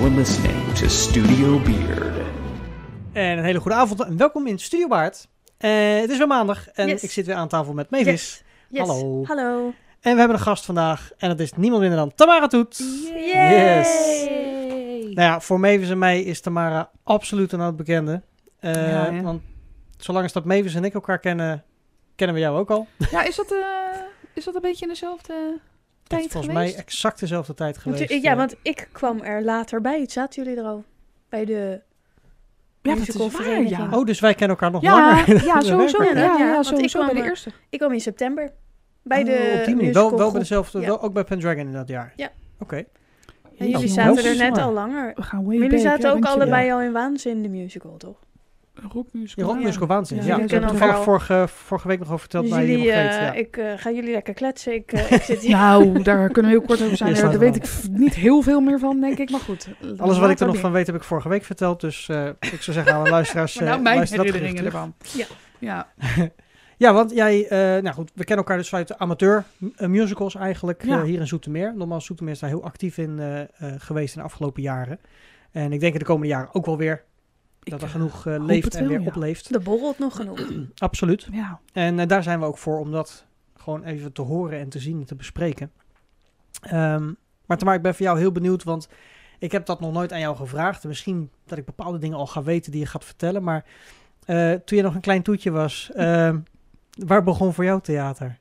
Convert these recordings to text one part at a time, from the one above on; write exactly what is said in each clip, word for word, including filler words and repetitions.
You're listening to Studio Beard. En een hele goede avond en welkom in Studio Baard. Uh, het is weer maandag en yes. ik zit weer aan tafel met Mavis. Yes. Yes. Hallo. Hallo. En we hebben een gast vandaag en dat is niemand minder dan Tamara Toet. Yay. Yes. Nou ja, voor Mavis en mij is Tamara absoluut een oud bekende. Uh, ja, ja. Want zolang als dat Mavis en ik elkaar kennen, kennen we jou ook al. Ja, is dat, uh, is dat een beetje in dezelfde tijd geweest? Volgens mij exact dezelfde tijd geweest. Want, ja, want ik kwam er later bij. Zaten jullie er al? Bij de... Ja, dat is waar, ja. Oh, dus wij kennen elkaar nog ja, langer. Ja, sowieso. Ja, ja, ja, sowieso bij de eerste. Ik kwam in september. Bij oh, de op die manier. Wel, wel bij dezelfde, ja. wel ook bij Pendragon in dat jaar. Ja. Oké. Okay. En jullie zaten er net al langer. We gaan way jullie zaten ja, ook allebei ja. al in Waanzin, de musical, toch? Rockmusical. Ja, rockmusical Waanzin. Ja, ja. ja. Ik heb het toevallig vorige, vorige week nog over verteld. Dus bij jullie, uh, ja. Ik uh, ga jullie lekker kletsen. Ik, uh, ik zit hier. Nou, daar kunnen we heel kort over zijn. Ja, daar weet ik f- niet heel veel meer van, denk ik. Maar goed. Alles wat ik er nog van weet, heb ik vorige week verteld. Dus uh, ik zou zeggen aan de luisteraars... maar nou, mijn herinneringen ervan. Ja. Ja. Ja, want jij... Uh, nou goed, we kennen elkaar dus vanuit de amateur uh, musicals eigenlijk. Ja. Uh, hier in Zoetermeer. Normaal Zoetermeer is daar heel actief in uh, uh, geweest in de afgelopen jaren. En ik denk in de komende jaren ook wel weer... dat er genoeg uh, leeft en wel, weer ja. opleeft. Er borrelt nog genoeg. Absoluut. Ja. En uh, daar zijn we ook voor om dat gewoon even te horen en te zien en te bespreken. Um, maar Tamara, ik ben voor jou heel benieuwd, want ik heb dat nog nooit aan jou gevraagd. En misschien dat ik bepaalde dingen al ga weten die je gaat vertellen. Maar uh, toen je nog een klein toetje was, uh, waar begon voor jou theater?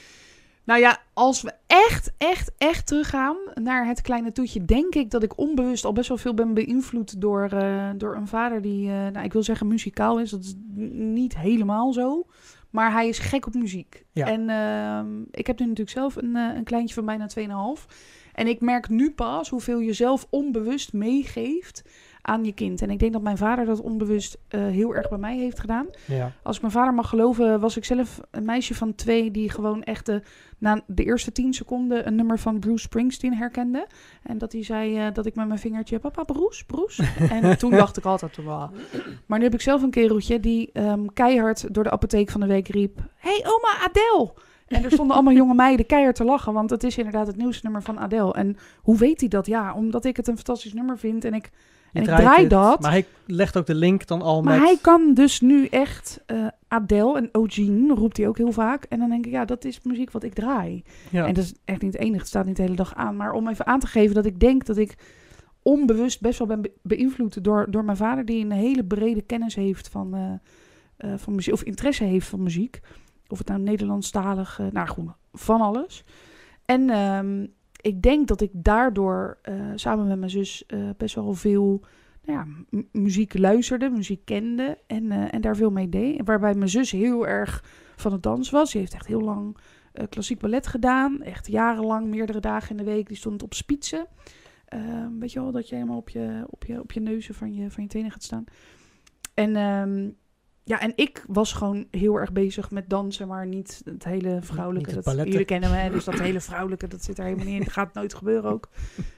Nou ja, als we echt, echt, echt teruggaan naar het kleine toetje, denk ik dat ik onbewust al best wel veel ben beïnvloed door, uh, door een vader die, uh, nou, ik wil zeggen muzikaal is. Dat is niet helemaal zo, maar hij is gek op muziek. Ja. En uh, ik heb nu natuurlijk zelf een, uh, een kleintje van bijna twee komma vijf. En ik merk nu pas hoeveel je zelf onbewust meegeeft aan je kind. En ik denk dat mijn vader dat onbewust uh, heel erg bij mij heeft gedaan. Ja. Als ik mijn vader mag geloven, was ik zelf een meisje van twee die gewoon echt de, na de eerste tien seconden een nummer van Bruce Springsteen herkende. En dat hij zei uh, dat ik met mijn vingertje, papa, Bruce, Bruce. En toen dacht ik altijd, wow. Maar nu heb ik zelf een kereltje die um, keihard door de apotheek van de week riep, hey oma, Adele! En er stonden allemaal jonge meiden keihard te lachen, want het is inderdaad het nieuwste nummer van Adele. En hoe weet hij dat? Ja, omdat ik het een fantastisch nummer vind en ik... En ik draai het, dat. Maar hij legt ook de link dan al maar met... Maar hij kan dus nu echt uh, Adele en Eugene, roept hij ook heel vaak. En dan denk ik, ja, dat is muziek wat ik draai. Ja. En dat is echt niet het enige, het staat niet de hele dag aan. Maar om even aan te geven dat ik denk dat ik onbewust best wel ben be- beïnvloed door, door mijn vader... die een hele brede kennis heeft van, uh, uh, van muziek, of interesse heeft van muziek. Of het nou Nederlandstalig, uh, nou goed, van alles. En... Um, Ik denk dat ik daardoor uh, samen met mijn zus uh, best wel veel nou ja, m- muziek luisterde, muziek kende en, uh, en daar veel mee deed. Waarbij mijn zus heel erg van het dans was. Ze heeft echt heel lang uh, klassiek ballet gedaan. Echt jarenlang, meerdere dagen in de week. Die stond op spitsen. Uh, weet je wel, dat je helemaal op je, op je, op je neuzen van je, van je tenen gaat staan. En... Um, Ja, en ik was gewoon heel erg bezig met dansen, maar niet het hele vrouwelijke. Niet dat, jullie kennen me, dus dat hele vrouwelijke, dat zit er helemaal niet in. Dat gaat nooit gebeuren ook.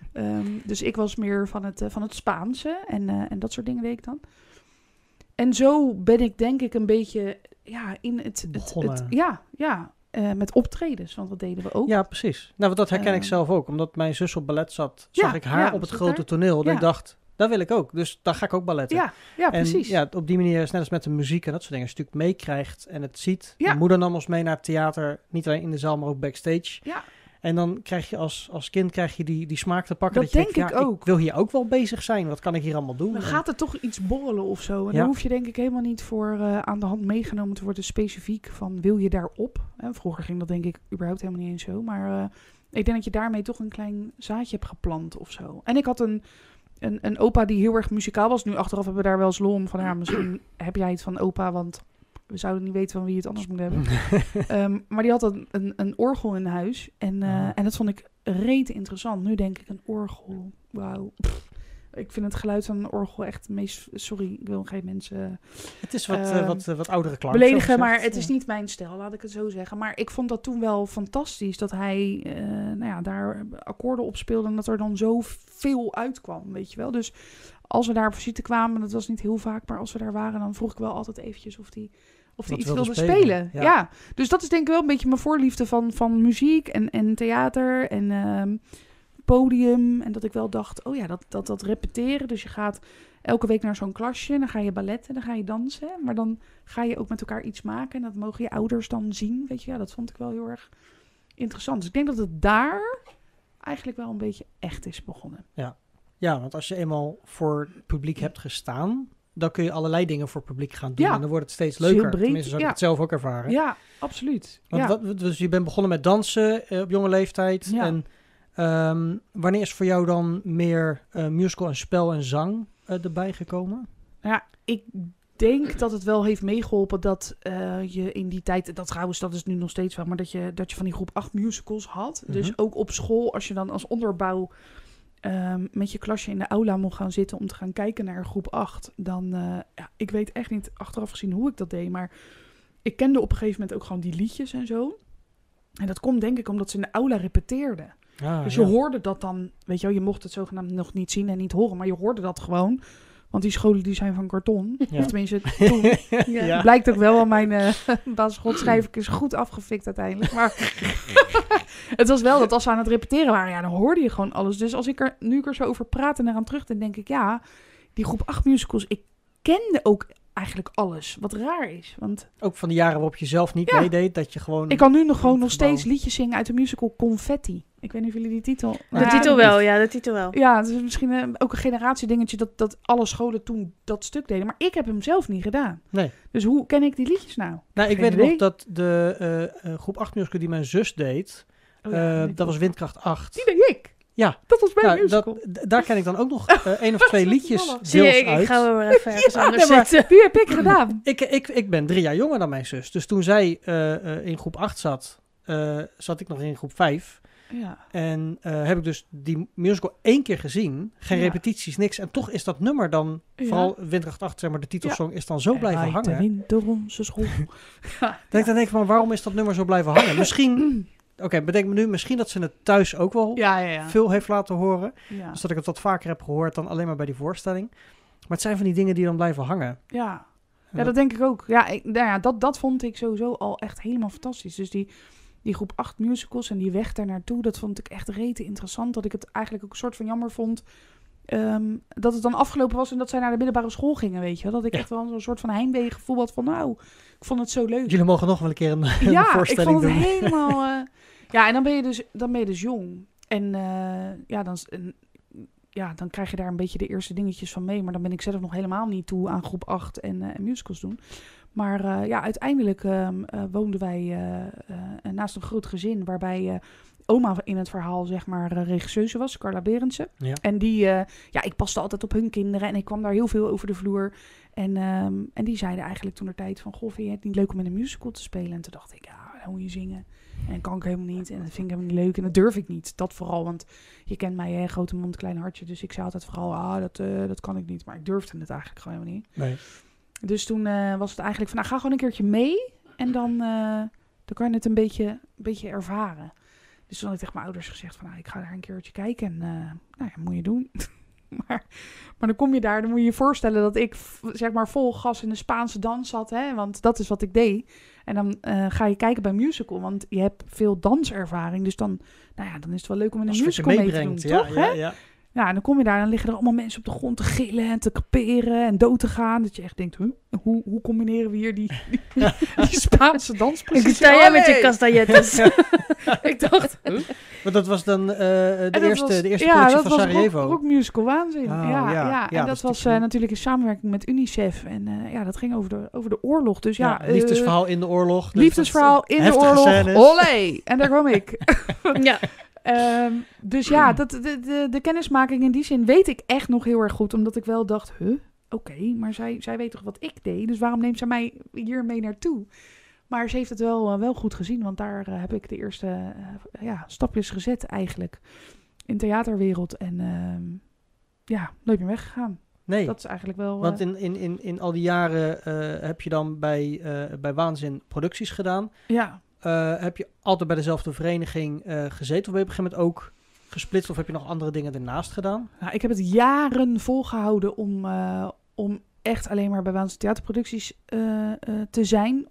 Um, dus ik was meer van het, uh, van het Spaanse en, uh, en dat soort dingen deed ik dan. En zo ben ik denk ik een beetje ja, in het... het, het, het ja, ja uh, met optredens, want dat deden we ook. Ja, precies. Nou, dat herken uh, ik zelf ook. Omdat mijn zus op ballet zat, zag ja, ik haar ja, op het grote daar? toneel. Dat ja. ik dacht... Dat wil ik ook. Dus daar ga ik ook balletten. Ja, ja en precies. Ja, op die manier is net als met de muziek en dat soort dingen. Als je natuurlijk meekrijgt en het ziet. Ja. Mijn moeder nam ons mee naar het theater. Niet alleen in de zaal, maar ook backstage. Ja. En dan krijg je als, als kind krijg je die, die smaak te pakken. Dat, dat denk je ik denkt, ja, ook. Ik wil hier ook wel bezig zijn. Wat kan ik hier allemaal doen? Dan en... gaat er toch iets borrelen of zo. En ja. dan hoef je denk ik helemaal niet voor uh, aan de hand meegenomen te worden specifiek van wil je daarop? En vroeger ging dat denk ik überhaupt helemaal niet eens zo. Maar uh, ik denk dat je daarmee toch een klein zaadje hebt geplant of zo. En ik had een... Een, een opa die heel erg muzikaal was. Nu achteraf hebben we daar wel eens lol om van... ja, misschien heb jij het van opa... want we zouden niet weten van wie het anders moet hebben. um, maar die had een, een, een orgel in huis. En, uh, oh. en dat vond ik rete interessant. Nu denk ik een orgel. Wauw. Ik vind het geluid van een orgel echt het meest... Sorry, ik wil geen mensen... Het is wat, uh, uh, wat, uh, wat oudere klank. Beledigen, maar het is niet mijn stijl, laat ik het zo zeggen. Maar ik vond dat toen wel fantastisch. Dat hij uh, nou ja, daar akkoorden op speelde. En dat er dan zo veel uitkwam, weet je wel. Dus als we daar op visite kwamen, dat was niet heel vaak. Maar als we daar waren, dan vroeg ik wel altijd eventjes of die... Of die iets wilde, wilde spelen. spelen. Ja. ja, dus dat is denk ik wel een beetje mijn voorliefde van, van muziek en, en theater en... Uh, podium. En dat ik wel dacht, oh ja, dat, dat, dat repeteren. Dus je gaat elke week naar zo'n klasje. En dan ga je balletten, dan ga je dansen. Maar dan ga je ook met elkaar iets maken. En dat mogen je ouders dan zien. Weet je, ja, dat vond ik wel heel erg interessant. Dus ik denk dat het daar eigenlijk wel een beetje echt is begonnen. Ja, ja, want als je eenmaal voor het publiek hebt gestaan, dan kun je allerlei dingen voor het publiek gaan doen. Ja. En dan wordt het steeds Het is heel leuker. breed, Tenminste, zou ik ja. het zelf ook ervaren. Ja, absoluut. Want ja. wat, dus je bent begonnen met dansen eh, op jonge leeftijd. Ja. En um, wanneer is voor jou dan meer uh, musical en spel en zang uh, erbij gekomen? Ja, ik denk dat het wel heeft meegeholpen dat uh, je in die tijd, dat trouwens, dat is nu nog steeds wel, maar dat je, dat je van die groep acht musicals had. Mhm. Dus ook op school, als je dan als onderbouw um, met je klasje in de aula mocht gaan zitten om te gaan kijken naar groep acht, dan, uh, ja, ik weet echt niet achteraf gezien hoe ik dat deed, maar ik kende op een gegeven moment ook gewoon die liedjes en zo. En dat komt denk ik omdat ze in de aula repeteerden. Ah, Dus ja. je hoorde dat dan, weet je wel, je mocht het zogenaamd nog niet zien en niet horen, maar je hoorde dat gewoon. Want die scholen die zijn van karton. Ja. Of tenminste, toen. Ja. Ja. Blijkt ook wel, aan mijn uh, basisschoolschrijver is goed afgefikt uiteindelijk. Maar het was wel dat als we aan het repeteren waren, ja, dan hoorde je gewoon alles. Dus als ik er, nu ik er zo over praat en eraan terug, dan denk ik, ja, die groep acht musicals, ik kende ook eigenlijk alles. Wat raar is, want Ook van de jaren waarop je zelf niet Ja. meedeed, dat je gewoon... ik kan nu nog gewoon nog verbouwen. steeds liedjes zingen uit de musical Confetti. Ik weet niet of jullie die titel... De Ja, titel wel, ja, de titel wel. Ja, het is misschien uh, ook een generatiedingetje dat, dat alle scholen toen dat stuk deden. Maar ik heb hem zelf niet gedaan. Nee. Dus hoe ken ik die liedjes nou? Nou, ik Geen weet idee. nog dat de uh, uh, groep acht musical die mijn zus deed, Oh ja, uh, weet ik dat was wel. Windkracht acht. Die deed ik. Ja. Dat was mijn Nou, musical. dat, d- daar ken ik dan ook nog uh, één of twee liedjes toevallig. Zie je, deels ik, ik uit. ga wel weer even ergens Ja, anders nee, maar- zitten. Die heb ik gedaan. Ik, ik, ik ben drie jaar jonger dan mijn zus. Dus toen zij uh, uh, in groep acht zat, uh, zat ik nog in groep vijf. Ja. En uh, heb ik dus die musical één keer gezien. Geen Ja. repetities, niks. En toch is dat nummer dan, Ja. vooral Windkracht acht, zeg maar, de titelsong, is dan zo blijven En waait de hangen. wind door onze school. ja. Dat ik dan denk van, waarom is dat nummer zo blijven hangen? Misschien, oké, okay, bedenk me nu, misschien dat ze het thuis ook wel Ja, ja, ja. veel heeft laten horen. Ja. Dus dat ik het wat vaker heb gehoord dan alleen maar bij die voorstelling. Maar het zijn van die dingen die dan blijven hangen. Ja. Ja, dat denk ik ook. Ja, ik, nou ja dat, dat vond ik sowieso al echt helemaal fantastisch. Dus die, die groep acht musicals en die weg daar naartoe, dat vond ik echt rete interessant. Dat ik het eigenlijk ook een soort van jammer vond um, dat het dan afgelopen was en dat zij naar de middelbare school gingen, weet je wel. Dat ik Ja. echt wel zo'n soort van heimwee gevoel had van, nou, ik vond het zo leuk. Jullie mogen nog wel een keer een, een Ja, ik voorstelling vond het doen. helemaal... Uh, ja, en dan ben je dus, dan ben je dus jong. En uh, ja, dan, en, ja, dan krijg je daar een beetje de eerste dingetjes van mee. Maar dan ben ik zelf nog helemaal niet toe aan groep acht en, uh, en musicals doen. Maar uh, ja, uiteindelijk uh, uh, woonden wij uh, uh, naast een groot gezin waarbij uh, oma in het verhaal, zeg maar, uh, regisseuse was, Carla Berendsen. Ja. En die, uh, ja, ik paste altijd op hun kinderen en ik kwam daar heel veel over de vloer. En, um, en die zeiden eigenlijk toen de tijd van, goh, vind je het niet leuk om in een musical te spelen? En toen dacht ik, ja, dan moet je zingen. En dat kan ik helemaal niet. En dat vind ik helemaal niet leuk. En dat durf ik niet. Dat vooral. Want je kent mij, hè, grote mond, klein hartje. Dus ik zei altijd vooral, ah, dat, uh, dat kan ik niet. Maar ik durfde het eigenlijk gewoon helemaal niet. Nee. Dus toen uh, was het eigenlijk van, nou, ga gewoon een keertje mee. En dan, uh, dan kan je het een beetje, een beetje ervaren. Dus toen had ik tegen mijn ouders gezegd van, nou, ik ga daar een keertje kijken. En uh, nou ja, moet je doen. maar, maar dan kom je daar, dan moet je je voorstellen dat ik, zeg maar, vol gas in de Spaanse dans zat. Hè, want dat is wat ik deed. En dan uh, ga je kijken bij musical, want je hebt veel danservaring. Dus dan, nou ja, dan is het wel leuk om in een Als musical mee te doen, ja, toch? ja, Hè? ja. Ja, en dan kom je daar en dan liggen er allemaal mensen op de grond te gillen en te kaperen en dood te gaan. Dat je echt denkt, huh, hoe, hoe combineren we hier die, die, die Spaanse dans Ik precies? sta jij met je Allee! castanjettes. Ik dacht, huh? Maar dat was dan uh, de, En dat eerste, was- de eerste ja, productie dat van was Sarajevo. Rock, rock musical waanzin. Oh, ja, ja. ja. Ja, En dat dat is was natuurlijk- uh, natuurlijk in samenwerking met UNICEF. En uh, ja, dat ging over de, over de oorlog. Dus ja, Ja, uh, liefdesverhaal in de oorlog. Dus liefdesverhaal dat- in de heftige oorlog. scènes. Olé! En daar kwam ik. Ja. Um, dus ja, dat, de, de, de kennismaking in die zin weet ik echt nog heel erg goed. Omdat ik wel dacht, huh, oké, okay, maar zij, zij weet toch wat ik deed? Dus waarom neemt zij mij hier mee naartoe? Maar ze heeft het wel, uh, wel goed gezien. Want daar uh, heb ik de eerste uh, ja, stapjes gezet eigenlijk. In de theaterwereld. En uh, ja, nooit meer weggegaan. Nee, Dat is eigenlijk wel... Uh, want in, in, in, in al die jaren uh, heb je dan bij, uh, bij Waanzin producties gedaan. ja. Uh, heb je altijd bij dezelfde vereniging uh, gezeten? Of ben je op een gegeven moment ook gesplitst? Of heb je nog andere dingen ernaast gedaan? Nou, ik heb het jaren volgehouden om, uh, om echt alleen maar bij Waanzin theaterproducties uh, uh, te zijn.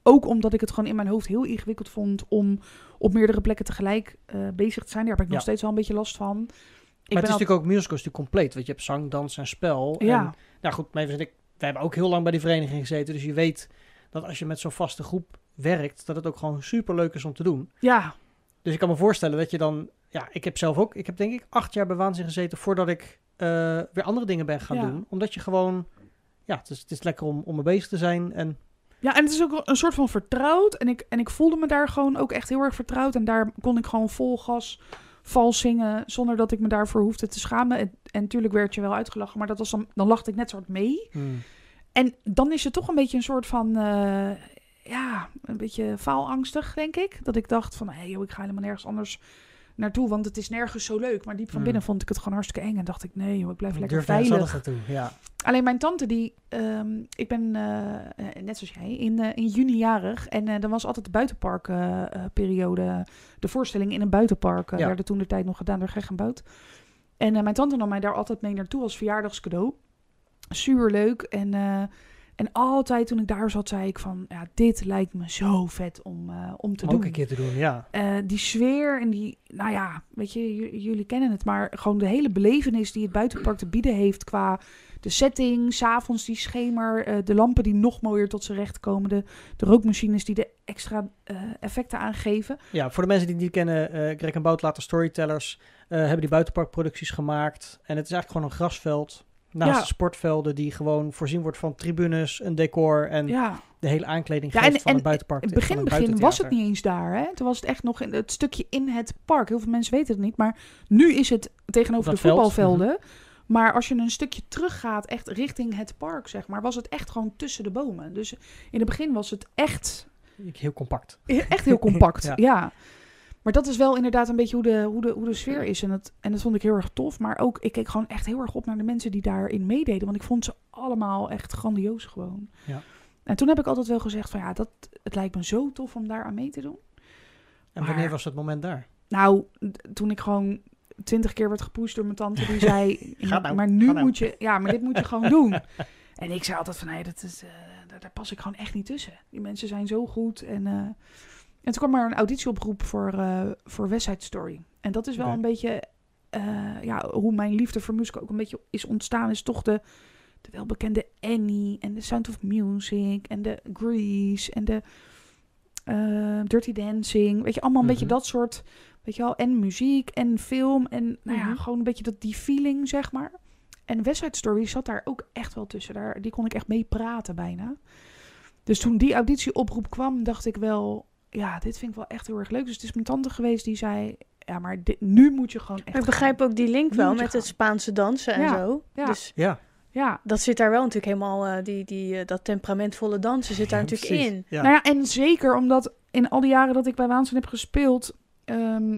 Ook omdat ik het gewoon in mijn hoofd heel ingewikkeld vond om op meerdere plekken tegelijk uh, bezig te zijn. Daar heb ik nog Ja. steeds wel een beetje last van. Ik Maar het ben is al- natuurlijk ook musical, is natuurlijk compleet. Want je hebt zang, dans en spel. Ja. En, nou goed, maar even, ik, wij hebben ook heel lang bij die vereniging gezeten. Dus je weet dat als je met zo'n vaste groep werkt, dat het ook gewoon super leuk is om te doen. Ja, Dus ik kan me voorstellen dat je dan... Ja, ik heb zelf ook... Ik heb denk ik acht jaar bij Waanzin gezeten voordat ik uh, weer andere dingen ben gaan Ja. doen. Omdat je gewoon... Ja, het is, het is lekker om, om mee bezig te zijn. En Ja, en het is ook een soort van vertrouwd. En ik, en ik voelde me daar gewoon ook echt heel erg vertrouwd. En daar kon ik gewoon vol gas vals zingen, zonder dat ik me daarvoor hoefde te schamen. En, en natuurlijk werd je wel uitgelachen, maar dat was dan, dan lachte ik net soort mee. hmm. En dan is het toch een beetje een soort van, uh, ja, een beetje faalangstig, denk ik. Dat ik dacht van, hé hey, joh, ik ga helemaal nergens anders naartoe, want het is nergens zo leuk. Maar diep van Hmm. binnen vond ik het gewoon hartstikke eng. En dacht ik, nee joh, ik blijf Ik lekker durf nergens veilig. anders naartoe. Ja. Alleen mijn tante, die, um, ik ben uh, net zoals jij, in, uh, in juni jarig. En uh, dan was altijd de buitenparkperiode, uh, uh, de voorstelling in een buitenpark. Uh, Ja. werden toen de tijd nog gedaan door Geg en Bout. En uh, mijn tante nam mij daar altijd mee naartoe als verjaardagscadeau. Super leuk. En, uh, en altijd toen ik daar zat, zei ik van, ja, dit lijkt me zo vet om, uh, om te Om doen. ook een keer te doen, ja. Uh, die sfeer en die, nou ja, weet je, j- jullie kennen het, maar gewoon de hele belevenis die het buitenpark te bieden heeft qua de setting, 's avonds die schemer, uh, de lampen die nog mooier tot z'n recht komen, de, de rookmachines die de extra uh, effecten aangeven. Ja, voor de mensen die het niet kennen, uh, Greg en Bout, later storytellers, uh, hebben die buitenparkproducties gemaakt. En het is eigenlijk gewoon een grasveld naast Ja. de sportvelden die gewoon voorzien wordt van tribunes, een decor en Ja, de hele aankleding Ja, geeft en- van en het buitenpark. in het van begin, het begin was het buitentheater. niet eens daar, hè? Toen was het echt nog in het stukje in het park. Heel veel mensen weten het niet, maar nu is het tegenover Op de dat veld. voetbalvelden. Maar als je een stukje teruggaat, echt richting het park, zeg maar, was het echt gewoon tussen de bomen. Dus in het begin was het echt, Heel compact. echt heel compact, Ja. ja. Maar dat is wel inderdaad een beetje hoe de, hoe de, hoe de sfeer is. En dat, en dat vond ik heel erg tof. Maar ook, ik keek gewoon echt heel erg op naar de mensen die daarin meededen. Want ik vond ze allemaal echt grandioos gewoon. Ja. En toen heb ik altijd wel gezegd van ja, dat, het lijkt me zo tof om daar aan mee te doen. En Maar- wanneer was het moment daar? Nou, d- toen ik gewoon twintig keer werd gepusht door mijn tante, die zei, Ga nou, maar nu ga nou. moet je, ja, maar dit moet je gewoon doen. En ik zei altijd van, nee, dat is, uh, daar, daar pas ik gewoon echt niet tussen. Die mensen zijn zo goed. En, uh, en toen kwam er een auditieoproep voor, uh, voor West Side Story. En dat is wel Oké. een beetje, uh, ja, hoe mijn liefde voor musical ook een beetje is ontstaan, is toch de, de welbekende Annie en de Sound of Music en de Grease en de uh, Dirty Dancing. Weet je, allemaal een Mhm. beetje dat soort, weet je wel, en muziek en film en nou ja, Mhm. gewoon een beetje dat, die feeling, zeg maar. En West Side Story zat daar ook echt wel tussen. Daar, die kon ik echt mee praten bijna. Dus toen die auditieoproep kwam, dacht ik wel, ja, dit vind ik wel echt heel erg leuk. Dus het is mijn tante geweest die zei, ja, maar dit, nu moet je gewoon echt Maar ik begrijp ook die link Nu wel moet je met gaan. het Spaanse dansen en Ja, zo. ja. Dus Ja. Ja, dat zit daar wel natuurlijk helemaal, uh, die, die, uh, dat temperamentvolle dansen zit daar Ja, natuurlijk precies. in. Ja. nou ja, en zeker omdat in al die jaren dat ik bij Waanzin heb gespeeld, um,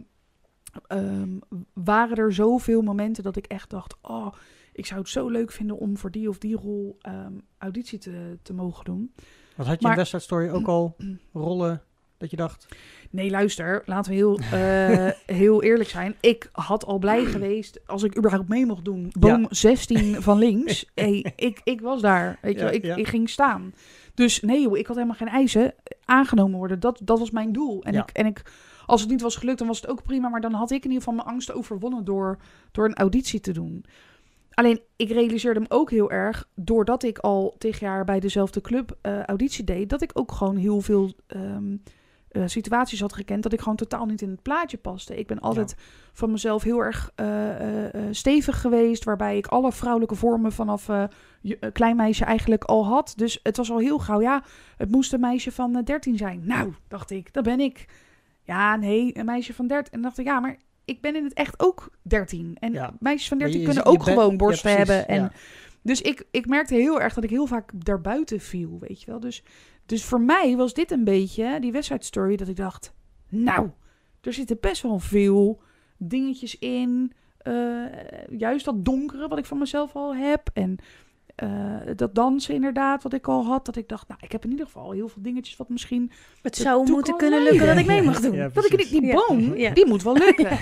um, waren er zoveel momenten dat ik echt dacht, oh, ik zou het zo leuk vinden om voor die of die rol um, auditie te, te mogen doen. Wat had je Maar- in West Side Story ook al rollen dat je dacht? Nee, luister, laten we heel, uh, heel eerlijk zijn. Ik had al blij geweest als ik überhaupt mee mocht doen. Boom Ja. zestien van links. Hey, ik, ik was daar, weet je Ja, wel. Ik, ja. ik ging staan. Dus nee joh, ik had helemaal geen eisen. Aangenomen worden, dat, dat was mijn doel. En, Ja. ik, en ik, als het niet was gelukt, dan was het ook prima. Maar dan had ik in ieder geval mijn angsten overwonnen door, door een auditie te doen. Alleen, ik realiseerde me ook heel erg, doordat ik al tig jaar bij dezelfde club uh, auditie deed, dat ik ook gewoon heel veel um, uh, situaties had gekend, dat ik gewoon totaal niet in het plaatje paste. Ik ben altijd van mezelf heel erg uh, uh, uh, stevig geweest, waarbij ik alle vrouwelijke vormen vanaf uh, je, uh, klein meisje eigenlijk al had. Dus het was al heel gauw, ja, het moest een meisje van uh, dertien zijn. Nou, dacht ik, dat ben ik. Ja, nee, een meisje van dertien. En dacht ik, ja, maar ik ben in het echt ook dertien. En Ja. meisjes van Maar dertien je- kunnen je ook bent- gewoon borsten ja, precies, hebben. En ja. dus ik, ik merkte heel erg dat ik heel vaak daarbuiten viel, weet je wel. Dus, dus voor mij was dit een beetje, die West Side Story, dat ik dacht, nou, er zitten best wel veel dingetjes in. Uh, juist dat donkere wat ik van mezelf al heb. En uh, dat dansen inderdaad, wat ik al had. Dat ik dacht, nou, ik heb in ieder geval heel veel dingetjes wat misschien... Het de zou moeten toekomst kunnen leiden. lukken dat ik mee mag doen. Ja, Dat ik die, die Ja. boom, Ja. die moet wel lukken.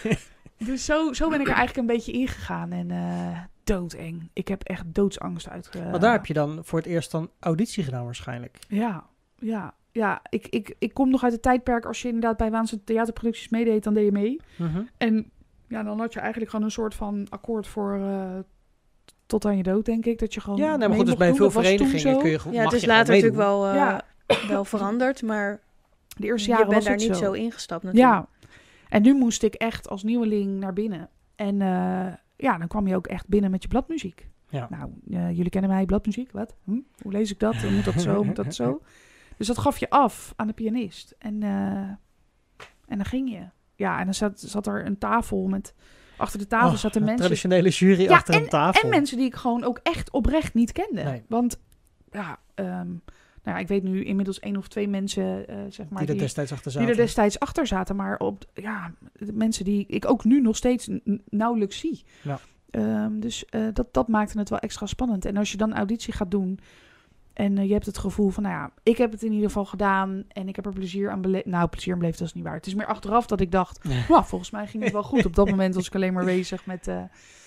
Dus zo, zo ben ik er eigenlijk een beetje ingegaan. En uh, doodeng. Ik heb echt doodsangst uit. Uh, Maar daar heb je dan voor het eerst dan auditie gedaan waarschijnlijk. Ja, ja. ja, ik, ik, ik kom nog uit het tijdperk als je inderdaad bij Waanzinnige theaterproducties meedeed, dan deed je mee. Mm-hmm. En ja, dan had je eigenlijk gewoon een soort van akkoord voor uh, tot aan je dood, denk ik. Dat je gewoon Ja, nee, maar goed, dus bij veel verenigingen kun je gewoon. Ja, het is later natuurlijk wel, uh, ja. wel veranderd, maar de eerste jaren je bent was daar het niet zo. zo ingestapt natuurlijk. Ja, en nu moest ik echt als nieuweling naar binnen. En uh, ja, dan kwam je ook echt binnen met je bladmuziek. Ja. Nou, uh, jullie kennen mij, bladmuziek, wat? Hm? Hoe lees ik dat? Moet dat zo? Moet dat zo? Dus dat gaf je af aan de pianist. En, uh, en dan ging je. Ja, en dan zat, zat er een tafel met... Achter de tafel oh, zaten een mensen... traditionele jury ja, achter en, een tafel. En mensen die ik gewoon ook echt oprecht niet kende. Nee. Want ja, um, nou ja, ik weet nu inmiddels één of twee mensen, uh, zeg maar... Die er die, destijds achter zaten. Die er destijds achter zaten. Maar op, ja, de mensen die ik ook nu nog steeds n- nauwelijks zie. Ja. Um, dus uh, dat, dat maakte het wel extra spannend. En als je dan auditie gaat doen... En uh, je hebt het gevoel van, nou ja, ik heb het in ieder geval gedaan. En ik heb er plezier aan beleefd. Nou, plezier aan beleefd, dat is niet waar. Het is meer achteraf dat ik dacht, nou, volgens mij ging het wel goed. Op dat moment was ik alleen maar bezig met uh,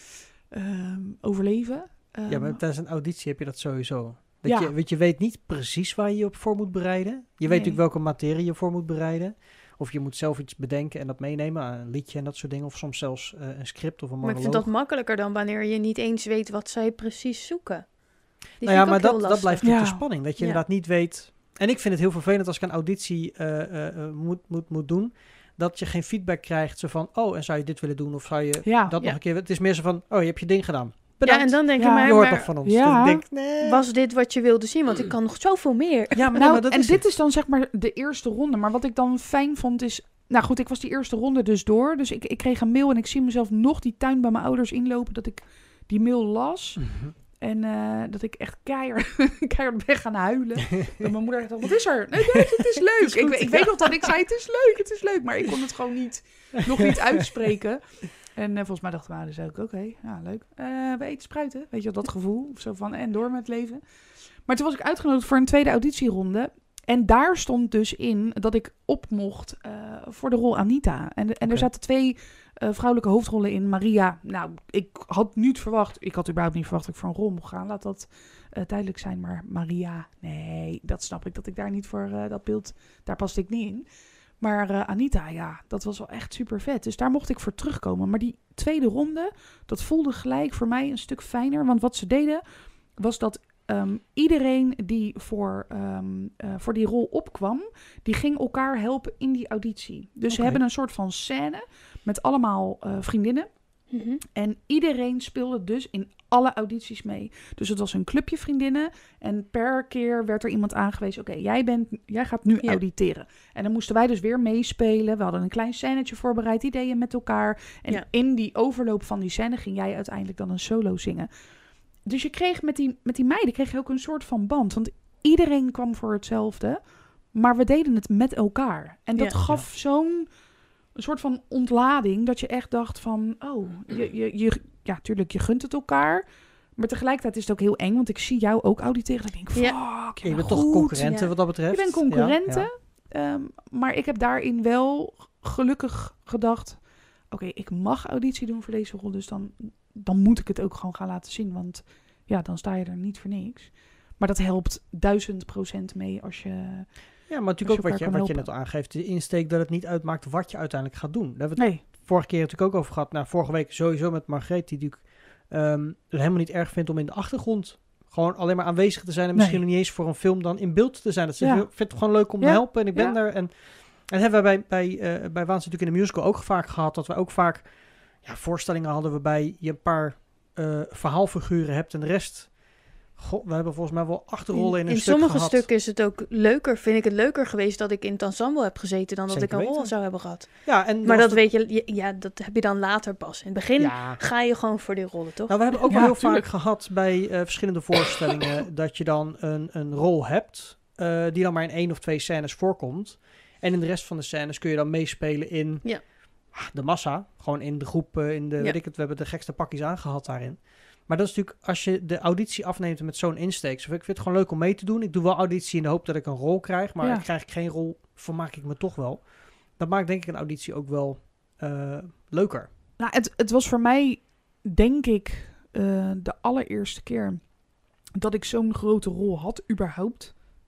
um, overleven. Um, ja, maar tijdens een auditie heb je dat sowieso. Dat ja. je, weet, je weet niet precies waar je je op voor moet bereiden. Je weet nee. natuurlijk welke materie je voor moet bereiden. Of je moet zelf iets bedenken en dat meenemen. Een liedje en dat soort dingen. Of soms zelfs uh, een script of een monoloog. Maar ik vind dat makkelijker dan wanneer je niet eens weet wat zij precies zoeken. Die nou ja, maar dat, dat blijft ja. de spanning. Dat je ja. inderdaad niet weet... En ik vind het heel vervelend als ik een auditie uh, uh, uh, moet, moet, moet doen... dat je geen feedback krijgt. Zo van, oh, en zou je dit willen doen? Of zou je ja. dat ja. nog een keer... Het is meer zo van, oh, je hebt je ding gedaan. Bedankt. Ja, en dan denk je, ja. maar... Je hoort maar, nog van ons. Ja. Dus ik denk, nee. Was dit wat je wilde zien? Want ik kan nog zoveel meer. Ja, maar, nou, nee, maar dat en is dit het. is dan zeg maar de eerste ronde. Maar wat ik dan fijn vond is... Nou goed, ik was die eerste ronde dus door. Dus ik, ik kreeg een mail en ik zie mezelf nog die tuin bij mijn ouders inlopen. Dat ik die mail las. Mm-hmm. En uh, dat ik echt keihard, keihard ben gaan huilen. Dat mijn moeder dacht, wat is er? Nee, nee, het is leuk. Het is goed, ik, ik ja. weet nog dat ik zei, het is leuk, het is leuk. Maar ik kon het gewoon niet, nog niet uitspreken. En uh, volgens mij dachten mijn ouders ook, oké, okay, ja, leuk. Uh, we eten spruiten, weet je wel, dat gevoel. Zo van, en door met het leven. Maar toen was ik uitgenodigd voor een tweede auditieronde. En daar stond dus in dat ik op mocht uh, voor de rol Anita. En, en okay. er zaten twee uh, vrouwelijke hoofdrollen in. Maria, nou, ik had niet verwacht... Ik had überhaupt niet verwacht dat ik voor een rol mocht gaan. Laat dat uh, duidelijk zijn. Maar Maria, nee, dat snap ik. Dat ik daar niet voor uh, dat beeld... Daar paste ik niet in. Maar uh, Anita, ja, dat was wel echt super vet. Dus daar mocht ik voor terugkomen. Maar die tweede ronde, dat voelde gelijk voor mij een stuk fijner. Want wat ze deden, was dat... Um, iedereen die voor, um, uh, voor die rol opkwam, die ging elkaar helpen in die auditie. Dus okay. ze hebben een soort van scène met allemaal uh, vriendinnen. Mm-hmm. En iedereen speelde dus in alle audities mee. Dus het was een clubje vriendinnen. En per keer werd er iemand aangewezen. Oké, okay, jij, bent, jij gaat nu ja. auditeren. En dan moesten wij dus weer meespelen. We hadden een klein scènetje voorbereid. Die deden met elkaar. En ja. in die overloop van die scène ging jij uiteindelijk dan een solo zingen. Dus je kreeg met die, met die meiden kreeg je ook een soort van band. Want iedereen kwam voor hetzelfde. Maar we deden het met elkaar. En dat ja, gaf ja. zo'n een soort van ontlading. Dat je echt dacht van... Oh, je, je, je, ja, tuurlijk, je gunt het elkaar. Maar tegelijkertijd is het ook heel eng. Want ik zie jou ook auditeren. Ik denk, fuck, ja. je, je bent goed. toch concurrenten ja. wat dat betreft? Je bent concurrenten. Ja, ja. Um, maar ik heb daarin wel gelukkig gedacht... Oké, okay, ik mag auditie doen voor deze rol. Dus dan... dan moet ik het ook gewoon gaan laten zien. Want ja, dan sta je er niet voor niks. Maar dat helpt duizend procent mee als je... Ja, maar natuurlijk ook wat je, wat je net al aangeeft. De insteek dat het niet uitmaakt wat je uiteindelijk gaat doen. Daar hebben we het nee. vorige keer natuurlijk ook over gehad. Nou, vorige week sowieso met Margreet. Die natuurlijk um, het helemaal niet erg vindt om in de achtergrond... gewoon alleen maar aanwezig te zijn. En misschien nee. nog niet eens voor een film dan in beeld te zijn. Dat ze ja. vindt het gewoon leuk om ja. te helpen. En ik ben ja. er. En, en hebben wij bij, bij, uh, bij Waans natuurlijk in de musical ook vaak gehad. Dat we ook vaak... Ja, voorstellingen hadden waarbij je een paar uh, verhaalfiguren hebt en de rest... God, we hebben volgens mij wel acht rollen in een in stuk sommige gehad. stukken is het ook leuker, vind ik het leuker geweest dat ik in het ensemble heb gezeten dan dat Zeker ik een weten. rol zou hebben gehad. Ja, en maar dat de... weet je, ja, dat heb je dan later pas. In het begin ja. ga je gewoon voor die rollen, toch? Nou, we hebben ook ja, wel heel tuurlijk. vaak gehad bij uh, verschillende voorstellingen dat je dan een, een rol hebt uh, die dan maar in één of twee scènes voorkomt. En in de rest van de scènes kun je dan meespelen in... Ja. De massa, gewoon in de groep, uh, in de, ja. weet ik het, we hebben de gekste pakjes aangehad daarin. Maar dat is natuurlijk, als je de auditie afneemt met zo'n insteek. Zo, ik vind het gewoon leuk om mee te doen. Ik doe wel auditie in de hoop dat ik een rol krijg, maar ja. krijg ik geen rol, vermaak ik me toch wel. Dat maakt denk ik een auditie ook wel uh, leuker. Nou, het, het was voor mij, denk ik, uh, de allereerste keer dat ik zo'n grote rol had, überhaupt.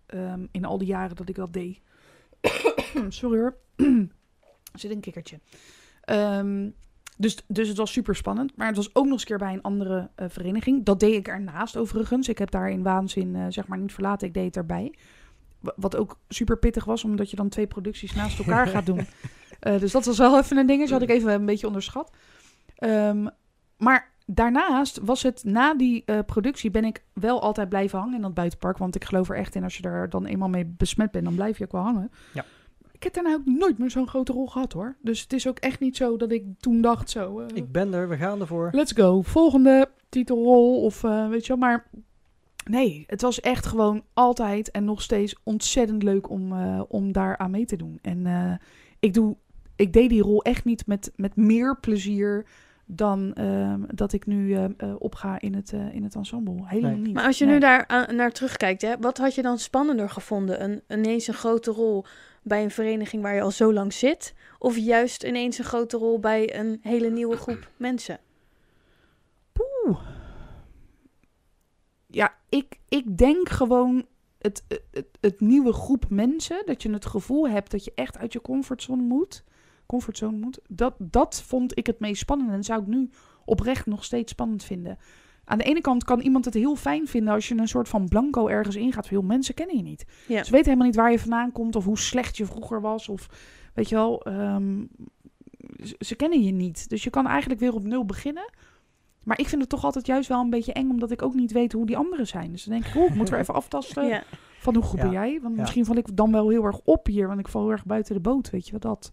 Um, in al die jaren dat ik dat deed. Sorry hoor. Er zit een kikkertje. Um, dus, dus het was super spannend. Maar het was ook nog eens een keer bij een andere uh, vereniging. Dat deed ik ernaast overigens. Ik heb daar in waanzin uh, zeg maar niet verlaten. Ik deed het erbij. W- wat ook super pittig was, omdat je dan twee producties naast elkaar gaat doen. Uh, dus dat was wel even een dingetje. Had ik even een beetje onderschat. Um, maar daarnaast was het, na die uh, productie ben ik wel altijd blijven hangen in dat buitenpark. Want ik geloof er echt in, als je er dan eenmaal mee besmet bent, dan blijf je ook wel hangen. Ja. Ik heb daarna ook nooit meer zo'n grote rol gehad hoor. Dus het is ook echt niet zo dat ik toen dacht zo... Uh, Ik ben er, we gaan ervoor. Let's go. Volgende titelrol of uh, weet je wel. Maar nee, het was echt gewoon altijd en nog steeds ontzettend leuk om, uh, om daar aan mee te doen. En uh, ik, doe, ik deed die rol echt niet met, met meer plezier dan uh, dat ik nu uh, uh, opga in het, uh, in het ensemble. Helemaal Nee. niet. Maar als je Nee. nu daar aan, naar terugkijkt, hè, wat had je dan spannender gevonden? Een, ineens een grote rol bij een vereniging waar je al zo lang zit? Of juist ineens een grote rol bij een hele nieuwe groep mensen? Poeh. Ja, ik, ik denk gewoon het, het, het, het nieuwe groep mensen, dat je het gevoel hebt dat je echt uit je comfortzone moet. Comfortzone moet. Dat, dat vond ik het meest spannend en zou ik nu oprecht nog steeds spannend vinden. Aan de ene kant kan iemand het heel fijn vinden als je een soort van blanco ergens ingaat. Veel mensen kennen je niet. Ja. Ze weten helemaal niet waar je vandaan komt of hoe slecht je vroeger was. Of weet je wel, um, ze, ze kennen je niet. Dus je kan eigenlijk weer op nul beginnen. Maar ik vind het toch altijd juist wel een beetje eng, omdat ik ook niet weet hoe die anderen zijn. Dus dan denk ik, oh, ik moet er even aftasten Ja. van hoe goed Ja. ben jij? Want Ja. misschien val ik dan wel heel erg op hier, want ik val heel erg buiten de boot, weet je wat dat.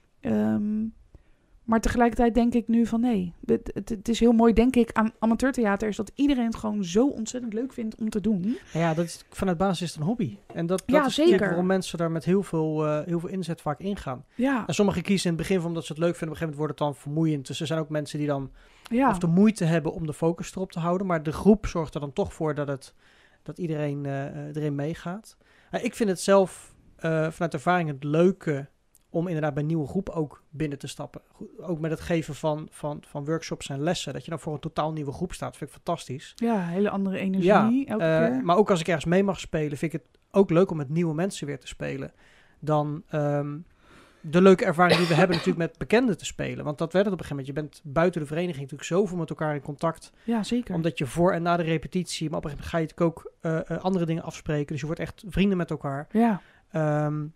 Um, maar tegelijkertijd denk ik nu van nee, het, het, het is heel mooi, denk ik, aan amateurtheater is dat iedereen het gewoon zo ontzettend leuk vindt om te doen. Ja, dat is, vanuit basis is het een hobby. En dat, Ja, dat is zeker. waarom mensen daar met heel veel, uh, heel veel inzet vaak ingaan. Ja, En sommigen kiezen in het begin van omdat ze het leuk vinden. Op een gegeven moment wordt het dan vermoeiend. Dus er zijn ook mensen die dan ja. of de moeite hebben om de focus erop te houden. Maar de groep zorgt er dan toch voor dat, het, dat iedereen uh, erin meegaat. Uh, ik vind het zelf uh, vanuit ervaring het leuke om inderdaad bij een nieuwe groep ook binnen te stappen. Ook met het geven van, van, van workshops en lessen. Dat je dan voor een totaal nieuwe groep staat. Vind ik fantastisch. Ja, hele andere energie Ja, elke uh, keer. maar ook als ik ergens mee mag spelen, vind ik het ook leuk om met nieuwe mensen weer te spelen. Dan um, de leuke ervaring die we hebben natuurlijk met bekenden te spelen. Want dat werd het op een gegeven moment. Je bent buiten de vereniging natuurlijk zoveel met elkaar in contact. Ja, zeker. Omdat je voor en na de repetitie, maar op een gegeven moment ga je natuurlijk ook uh, uh, andere dingen afspreken. Dus je wordt echt vrienden met elkaar. Ja. Um,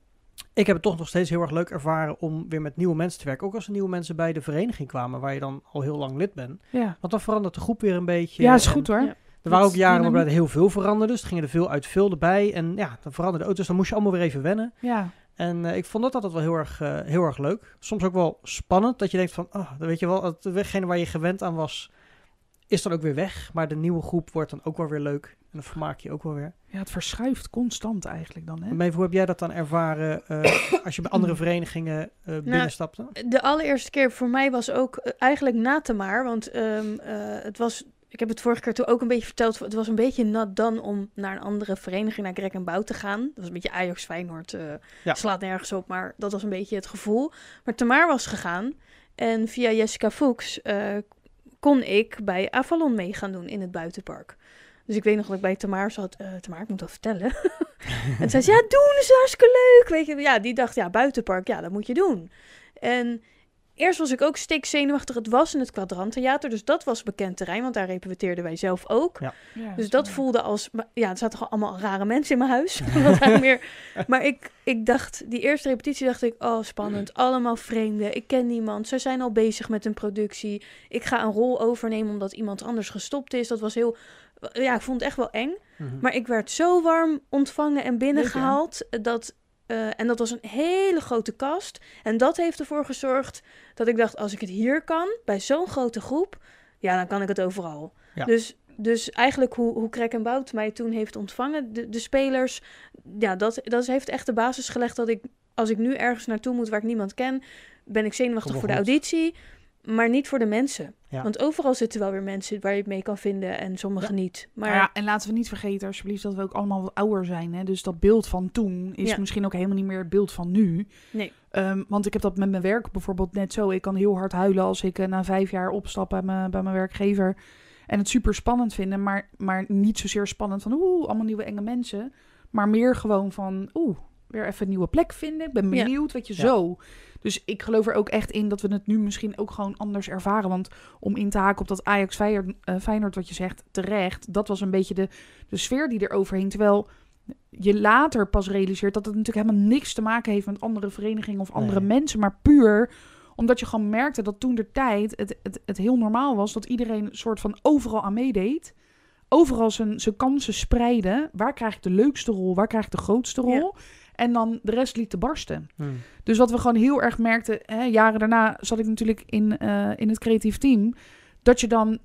ik heb het toch nog steeds heel erg leuk ervaren om weer met nieuwe mensen te werken. Ook als er nieuwe mensen bij de vereniging kwamen, waar je dan al heel lang lid bent. Ja, Want dan verandert de groep weer een beetje. ja is en goed hoor. Ja. Er waren ook Dat jaren waarbij er dynamiek. heel veel veranderde. Dus er gingen er veel uit veel erbij. En ja, dan veranderde ook. Dus dan moest je allemaal weer even wennen. Ja. En uh, ik vond dat altijd wel heel erg, uh, heel erg leuk. Soms ook wel spannend. Dat je denkt van, oh, dan weet je wel, degene waar je gewend aan was, is dan ook weer weg. Maar de nieuwe groep wordt dan ook wel weer leuk. En dan vermaak je ook wel weer. Ja, het verschuift constant eigenlijk dan, hè? Maar hoe heb jij dat dan ervaren uh, als je bij andere verenigingen uh, binnenstapte? De allereerste keer voor mij was ook uh, eigenlijk na Tamar. Want um, uh, het was... Ik heb het vorige keer toen ook een beetje verteld. Het was een beetje nat dan om naar een andere vereniging, naar Greg en Bout te gaan. Dat was een beetje Ajax Feyenoord. Uh, Ja. Slaat nergens op, maar dat was een beetje het gevoel. Maar Tamar was gegaan. En via Jessica Fuchs uh, kon ik bij Avalon mee gaan doen in het buitenpark. Dus ik weet nog dat ik bij Tamar zat. Uh, Tamar, ik moet dat vertellen. En zei ze, ja, doen, is hartstikke leuk. Weet je, ja, die dacht, ja, buitenpark, ja, dat moet je doen. En eerst was ik ook stikzenuwachtig. Het was in het Kwadranttheater, dus dat was bekend terrein, want daar repeteerden wij zelf ook. Ja. Ja, Dus is dat waar. voelde als... Ja, er zaten gewoon allemaal rare mensen in mijn huis. Dat eigenlijk meer, maar ik, ik dacht, die eerste repetitie dacht ik, oh, spannend. Allemaal vreemden. Ik ken niemand. Zij zijn al bezig met een productie. Ik ga een rol overnemen omdat iemand anders gestopt is. Dat was heel... Ja, ik vond het echt wel eng. Mm-hmm. Maar ik werd zo warm ontvangen en binnengehaald. Dat, uh, en dat was een hele grote kast. En dat heeft ervoor gezorgd dat ik dacht, als ik het hier kan, bij zo'n grote groep, ja, dan kan ik het overal. Ja. Dus, dus eigenlijk hoe, hoe Krek en Bout mij toen heeft ontvangen, de, de spelers, ja, dat, dat heeft echt de basis gelegd dat ik, als ik nu ergens naartoe moet waar ik niemand ken, ben ik zenuwachtig Kom voor wel de goed. auditie, maar niet voor de mensen. Ja. Want overal zitten wel weer mensen waar je het mee kan vinden en sommigen Ja. niet. Maar Maar ja, en laten we niet vergeten, alsjeblieft, dat we ook allemaal wat ouder zijn. Hè? Dus dat beeld van toen is Ja. misschien ook helemaal niet meer het beeld van nu. nee. Um, want ik heb dat met mijn werk bijvoorbeeld net zo. Ik kan heel hard huilen als ik uh, na vijf jaar opstap bij mijn, bij mijn werkgever. En het super spannend vinden, maar, maar niet zozeer spannend van oeh, allemaal nieuwe enge mensen. Maar meer gewoon van, oeh, weer even een nieuwe plek vinden. Ik ben benieuwd, ja. weet je, Ja. zo. Dus ik geloof er ook echt in dat we het nu misschien ook gewoon anders ervaren. Want om in te haken op dat Ajax Feyenoord, uh, Feyenoord wat je zegt, terecht. Dat was een beetje de, de sfeer die er overhing. Terwijl je later pas realiseert dat het natuurlijk helemaal niks te maken heeft met andere verenigingen of andere Nee. mensen. Maar puur omdat je gewoon merkte dat toen de tijd het, het, het heel normaal was dat iedereen een soort van overal aan meedeed. Overal zijn, zijn kansen spreiden. Waar krijg ik de leukste rol? Waar krijg ik de grootste rol? Ja. En dan de rest liet te barsten. Hmm. Dus wat we gewoon heel erg merkten, hè, jaren daarna zat ik natuurlijk in, uh, in het creatief team. Dat je dan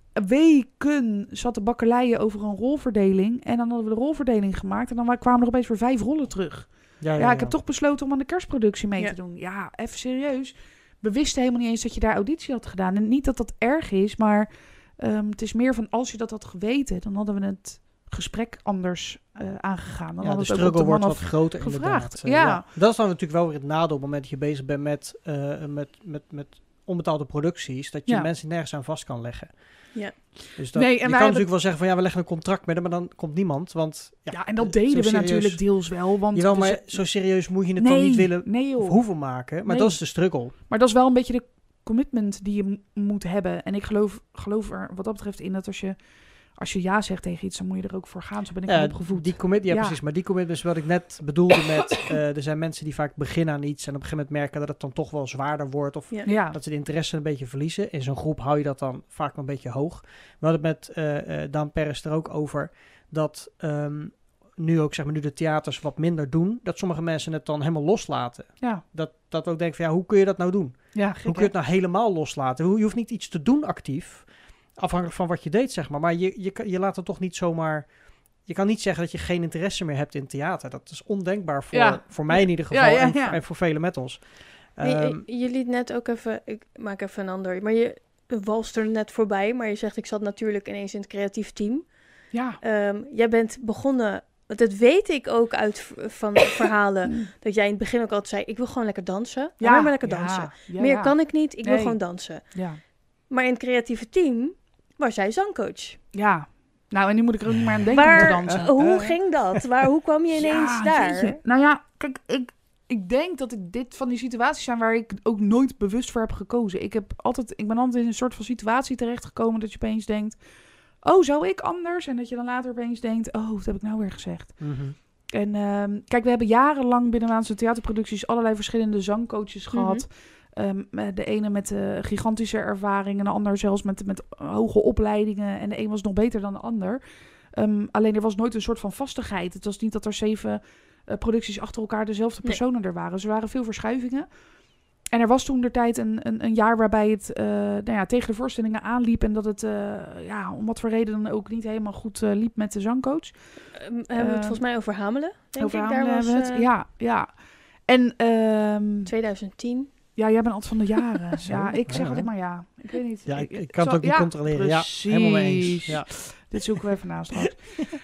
weken zat te bakkeleien over een rolverdeling. En dan hadden we de rolverdeling gemaakt. En dan kwamen er opeens weer vijf rollen terug. Ja, ja, ja, ja. Ik heb toch besloten om aan de kerstproductie mee ja. te doen. Ja, even serieus. We wisten helemaal niet eens dat je daar auditie had gedaan. En niet dat dat erg is, maar um, het is meer van als je dat had geweten, dan hadden we het gesprek anders uh, aangegaan. Dan ja, hadden de het struggle ook wordt wat groter gevraagd. inderdaad. Uh, ja. ja. Dat is dan natuurlijk wel weer het nadeel op het moment dat je bezig bent met, uh, met, met, met onbetaalde producties, dat je ja. mensen nergens aan vast kan leggen. Ja. Dus dat, nee, en je kan hebben... natuurlijk wel zeggen van ja, we leggen een contract met hem, maar dan komt niemand. Want, ja, ja, en dat deden we serieus... natuurlijk deels wel. Want Jawel, dus... maar zo serieus moet je het nee, dan niet willen nee, of hoeven maken. Maar nee. dat is de struggle. Maar dat is wel een beetje de commitment die je m- moet hebben. En ik geloof, geloof er wat dat betreft in dat als je, als je ja zegt tegen iets, dan moet je er ook voor gaan. Zo ben ik ja, opgevoed. Die commit, ja, ja, precies. Maar die commitment is wat ik net bedoelde met... Uh, er zijn mensen die vaak beginnen aan iets en op een gegeven moment merken dat het dan toch wel zwaarder wordt. Of ja. Ja. dat ze de interesse een beetje verliezen. In zo'n groep hou je dat dan vaak nog een beetje hoog. We hadden het met uh, uh, Daan Perez er ook over dat um, nu ook, zeg maar, nu de theaters wat minder doen, dat sommige mensen het dan helemaal loslaten. Ja. Dat, dat ook denken van, ja, hoe kun je dat nou doen? Ja, gek, hoe kun je het nou helemaal loslaten? Je hoeft niet iets te doen actief, afhankelijk van wat je deed, zeg maar. Maar je, je, je laat het toch niet zomaar... Je kan niet zeggen dat je geen interesse meer hebt in theater. Dat is ondenkbaar voor, ja. voor mij in ieder geval ja, ja, ja. En, en voor velen met ons. Je, um, je liet net ook even... Ik maak even een ander... Maar je walst er net voorbij. Maar je zegt, ik zat natuurlijk ineens in het creatief team. Ja. Um, jij bent begonnen... Dat weet ik ook uit van verhalen. Dat jij in het begin ook altijd zei... Ik wil gewoon lekker dansen. Ja, maar, maar lekker ja, dansen. Ja, Meer ja. kan ik niet. Ik nee. wil gewoon dansen. Ja. Maar in het creatieve team was jij zangcoach. Ja. Nou, en nu moet ik er ook niet meer aan denken Waar, om te dansen. Uh, hoe uh, ging dat? Waar, hoe kwam je ineens ja, daar? Jeetje. Nou ja, kijk, ik, ik denk dat ik dit van die situaties zijn waar ik ook nooit bewust voor heb gekozen. Ik, heb altijd, ik ben altijd in een soort van situatie terechtgekomen dat je opeens denkt... Oh, zou ik anders? En dat je dan later opeens denkt... Oh, wat heb ik nou weer gezegd? Mm-hmm. En um, kijk, we hebben jarenlang binnenlandse theaterproducties allerlei verschillende zangcoaches gehad. Mm-hmm. Um, de ene met uh, gigantische ervaring en de ander zelfs met, met hoge opleidingen. En de een was nog beter dan de ander. Um, alleen er was nooit een soort van vastigheid. Het was niet dat er zeven uh, producties achter elkaar dezelfde personen nee. er waren. Dus er waren veel verschuivingen. En er was toen de tijd een, een, een jaar waarbij het uh, nou ja, tegen de voorstellingen aanliep. En dat het, uh, ja, om wat voor reden dan ook niet helemaal goed uh, liep met de zangcoach. Um, hebben we het uh, volgens mij over Hamelen? Denk over ik, Hamelen daar was, hebben we het. Uh, ja, ja. En, um, twintig tien. Ja, jij bent altijd van de jaren. ja, ik zeg ja. altijd maar ja. Ik weet niet. Ja, ik, ik kan het ook niet ja, controleren. Precies. Ja, helemaal mee eens. Ja. Dit zoeken we even naast straks.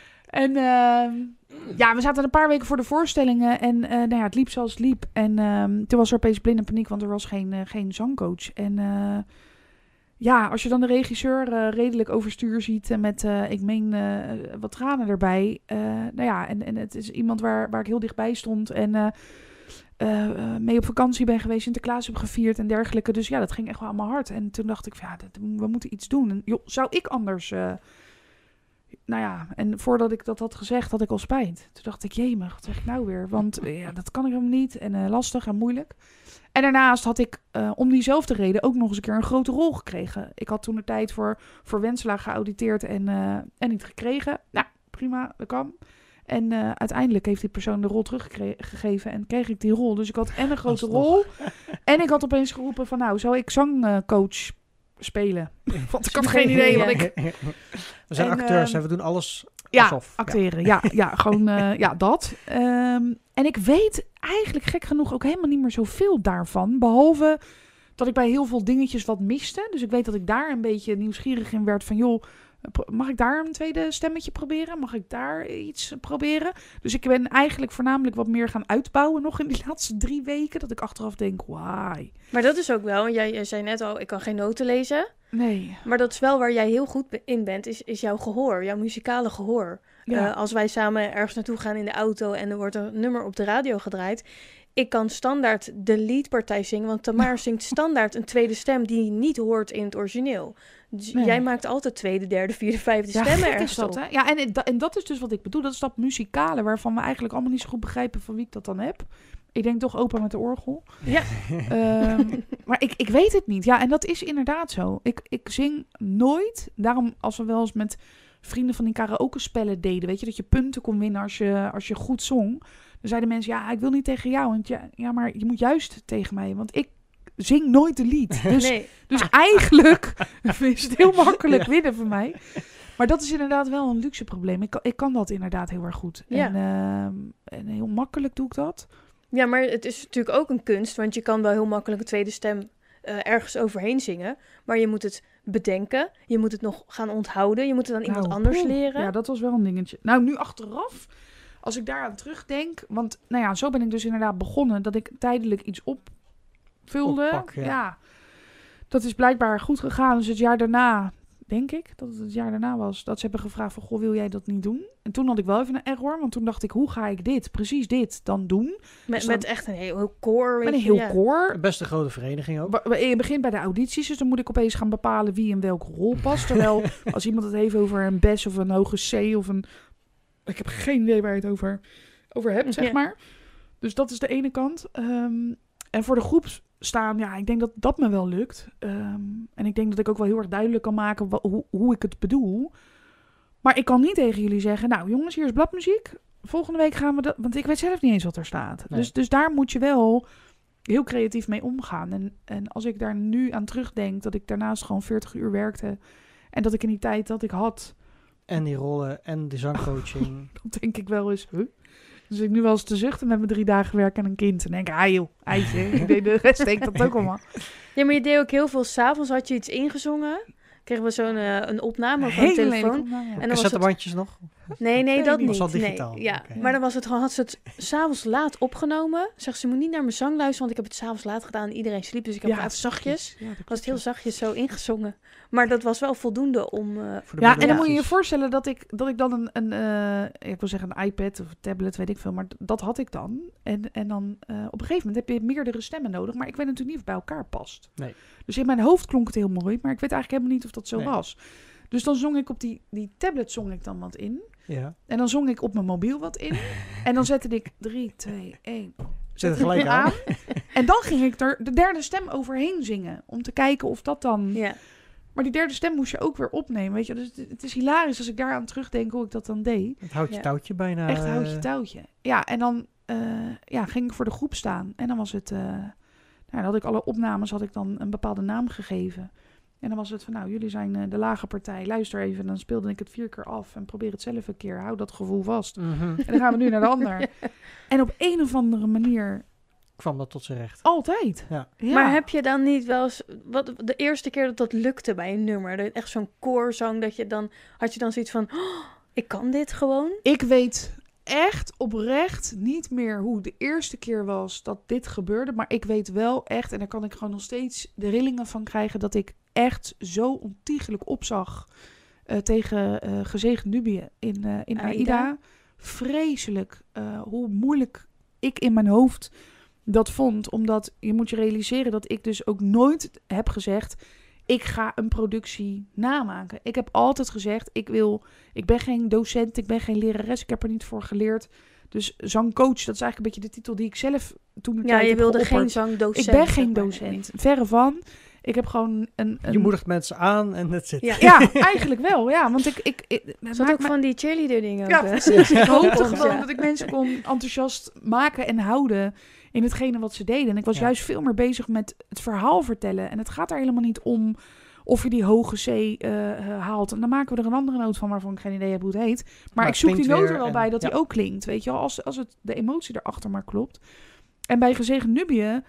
En uh, ja, we zaten een paar weken voor de voorstellingen. En uh, nou ja, het liep zoals het liep. En uh, toen was er opeens blinde paniek, want er was geen, uh, geen zangcoach. En uh, ja, als je dan de regisseur uh, redelijk overstuur ziet en met, uh, ik meen, uh, wat tranen erbij. Uh, nou ja, en, en het is iemand waar, waar ik heel dichtbij stond en uh, uh, mee op vakantie ben geweest, Sinterklaas heb gevierd en dergelijke. Dus ja, dat ging echt wel aan mijn hart. En toen dacht ik, ja, dat, we moeten iets doen. En joh, zou ik anders... Uh, Nou ja, en voordat ik dat had gezegd, had ik al spijt. Toen dacht ik, jemig, wat zeg ik nou weer? Want ja, dat kan ik hem niet en uh, lastig en moeilijk. En daarnaast had ik uh, om diezelfde reden ook nog eens een keer een grote rol gekregen. Ik had toen de tijd voor, voor Wenselaar geauditeerd en, uh, en niet gekregen. Nou, prima, dat kan. En uh, uiteindelijk heeft die persoon de rol teruggegeven en kreeg ik die rol. Dus ik had en een grote rol. En ik had opeens geroepen van, nou, zou ik zangcoach spelen? Want ik had geen idee wat ik... We zijn en, acteurs, uh, we doen alles ja, alsof. Acteren, ja, ja, ja gewoon uh, ja, dat. Um, en ik weet eigenlijk gek genoeg ook helemaal niet meer zoveel daarvan. Behalve dat ik bij heel veel dingetjes wat miste. Dus ik weet dat ik daar een beetje nieuwsgierig in werd van... joh, mag ik daar een tweede stemmetje proberen? Mag ik daar iets proberen? Dus ik ben eigenlijk voornamelijk wat meer gaan uitbouwen nog in die laatste drie weken. Dat ik achteraf denk, why? Maar dat is ook wel, want jij, jij zei net al, ik kan geen noten lezen. Nee. Maar dat is wel waar jij heel goed in bent, is, is jouw gehoor, jouw muzikale gehoor. Ja. Uh, als wij samen ergens naartoe gaan in de auto en er wordt een nummer op de radio gedraaid. Ik kan standaard de leadpartij zingen, want Tamar zingt standaard een tweede stem die je niet hoort in het origineel. Dus Nee. jij maakt altijd tweede, derde, vierde, vijfde Ja, stemmen gek ergens is dat, op. hè? Ja, en, en dat is dus wat ik bedoel. Dat is dat muzikale waarvan we eigenlijk allemaal niet zo goed begrijpen van wie ik dat dan heb. Ik denk toch opa met de orgel. Ja. um, maar ik, ik weet het niet. Ja, en dat is inderdaad zo. Ik, ik zing nooit. Daarom als we wel eens met vrienden van die karaoke-spellen deden, weet je, dat je punten kon winnen als je, als je goed zong. Dan zeiden mensen, ja, ik wil niet tegen jou. Want ja, ja, maar je moet juist tegen mij. Want ik zing nooit de lied. Dus, Nee. dus eigenlijk is het heel makkelijk winnen voor mij. Maar dat is inderdaad wel een luxe probleem. Ik kan, ik kan dat inderdaad heel erg goed. Ja. En, uh, en heel makkelijk doe ik dat. Ja, maar het is natuurlijk ook een kunst, want je kan wel heel makkelijk een tweede stem uh, ergens overheen zingen. Maar je moet het bedenken, je moet het nog gaan onthouden, je moet het aan iemand Nou, anders poeh. leren. Ja, dat was wel een dingetje. Nou, nu achteraf, als ik daaraan terugdenk, want nou ja, zo ben ik dus inderdaad begonnen, dat ik tijdelijk iets opvulde. Oppak, ja. ja, dat is blijkbaar goed gegaan. Dus het jaar daarna, denk ik, dat het het jaar daarna was, dat ze hebben gevraagd van, goh, wil jij dat niet doen? En toen had ik wel even een error, want toen dacht ik, hoe ga ik dit, precies dit, dan doen? Met, Dus dan- met echt een heel, heel koor. Met weet een je, heel ja. koor. Best een grote vereniging ook. Wa- Je begint bij de audities, dus dan moet ik opeens gaan bepalen wie in welke rol past. Terwijl als iemand het heeft over een bes of een hoge C of een... Ik heb geen idee waar je het over, over hebt, zeg Ja. maar. Dus dat is de ene kant. Um, en voor de groep staan, ja, ik denk dat dat me wel lukt. Um, en ik denk dat ik ook wel heel erg duidelijk kan maken wa- hoe, hoe ik het bedoel. Maar ik kan niet tegen jullie zeggen, nou jongens, hier is bladmuziek. Volgende week gaan we dat... Want ik weet zelf niet eens wat er staat. Nee. Dus, dus daar moet je wel heel creatief mee omgaan. En, en als ik daar nu aan terugdenk, dat ik daarnaast gewoon veertig uur werkte. En dat ik in die tijd dat ik had, En die rollen en de zangcoaching. dan denk ik wel eens, huh? Dus ik nu wel eens te zuchten met mijn drie dagen werk en een kind. En denk ik, ah joh, eitje. Ik deed de rest deed ik dat ook allemaal. Ja, maar je deed ook heel veel. 's Avonds had je iets ingezongen. Kregen we zo'n uh, een opname op een Hele telefoon. lelijke opname, ja. En dan was het... Cassettebandjes nog? Nee, nee, Nee, dat die niet. was al digitaal. Nee, ja. Oké. Maar dan was het gewoon, had ze het s'avonds laat opgenomen. Zegt ze, moet niet naar mijn zang luisteren, want ik heb het s'avonds laat gedaan en iedereen sliep. Dus ik heb Ja, het even zachtjes. Ja, dat Was klopt, het heel ja. zachtjes zo ingezongen. Maar dat was wel voldoende om... uh, Voor de Ja, en dan moet je je melodietjes. voorstellen dat ik, dat ik dan een, een uh, ik wil zeggen een iPad of een tablet, weet ik veel, maar d- dat had ik dan. En, en dan uh, op een gegeven moment heb je meerdere stemmen nodig, maar ik weet natuurlijk niet of het bij elkaar past. Nee. Dus in mijn hoofd klonk het heel mooi, maar ik weet eigenlijk helemaal niet of dat zo Nee. was. Dus dan zong ik op die, die tablet zong ik dan wat in. Ja. En dan zong ik op mijn mobiel wat in. En dan zette ik drie, twee, één... Zet het gelijk aan. En dan ging ik er de derde stem overheen zingen. Om te kijken of dat dan... ja. Maar die derde stem moest je ook weer opnemen, weet je. Dus het, het is hilarisch als ik daaraan terugdenk hoe ik dat dan deed. Het houtje Ja. touwtje bijna. Echt houtje eh, touwtje. Ja, en dan uh, ja, ging ik voor de groep staan. En dan was het... Uh, nou, dan had ik alle opnames, had ik dan een bepaalde naam gegeven. En dan was het van, nou, jullie zijn uh, de lage partij. Luister even. En dan speelde ik het vier keer af. En probeer het zelf een keer. Hou dat gevoel vast. mhm. En dan gaan we nu naar de ander. En op een of andere manier... Kwam dat tot zijn recht. Altijd. Ja. Ja. Maar heb je dan niet wel eens... Wat, de eerste keer dat dat lukte bij een nummer, dat echt zo'n koorzang, dat je dan... Had je dan zoiets van, oh, ik kan dit gewoon? Ik weet echt oprecht niet meer hoe de eerste keer was dat dit gebeurde. Maar ik weet wel echt, en daar kan ik gewoon nog steeds de rillingen van krijgen, dat ik echt zo ontiegelijk opzag uh, tegen uh, Gezegend Nubië in, uh, in Aida. Aida. Vreselijk uh, hoe moeilijk ik in mijn hoofd dat vond. Omdat je moet je realiseren dat ik dus ook nooit heb gezegd, ik ga een productie namaken. Ik heb altijd gezegd, ik wil, ik ben geen docent, ik ben geen lerares, ik heb er niet voor geleerd. Dus zangcoach, dat is eigenlijk een beetje de titel die ik zelf toen de Ja, tijd je heb wilde geen geopperd. zangdocent. Ik ben zeg geen maar. docent, verre van. Ik heb gewoon een... een Je moedigt mensen aan en dat zit. Ja. Ja, eigenlijk wel, ja. Want ik... ik, ik het Zat maakt ook me- van die cheerleader dingen. Ja, ook, hè? precies. Ik hoopte Ja. gewoon dat ik mensen kon enthousiast maken en houden in hetgene wat ze deden. En ik was Ja. juist veel meer bezig met het verhaal vertellen. En het gaat daar helemaal niet om of je die hoge C uh, haalt. En dan maken we er een andere noot van waarvan ik geen idee heb hoe het heet. Maar, Maar ik het zoek die klinkt noot er weer wel en- bij dat ja. die ook klinkt. Weet je wel, als, als het, de emotie erachter maar klopt. En bij Gezegend Nubië,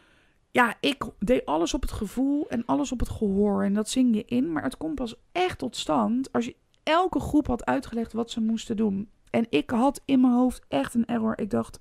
ja, ik deed alles op het gevoel en alles op het gehoor. En dat zing je in. Maar het komt pas echt tot stand als je elke groep had uitgelegd wat ze moesten doen. En ik had in mijn hoofd echt een error. Ik dacht,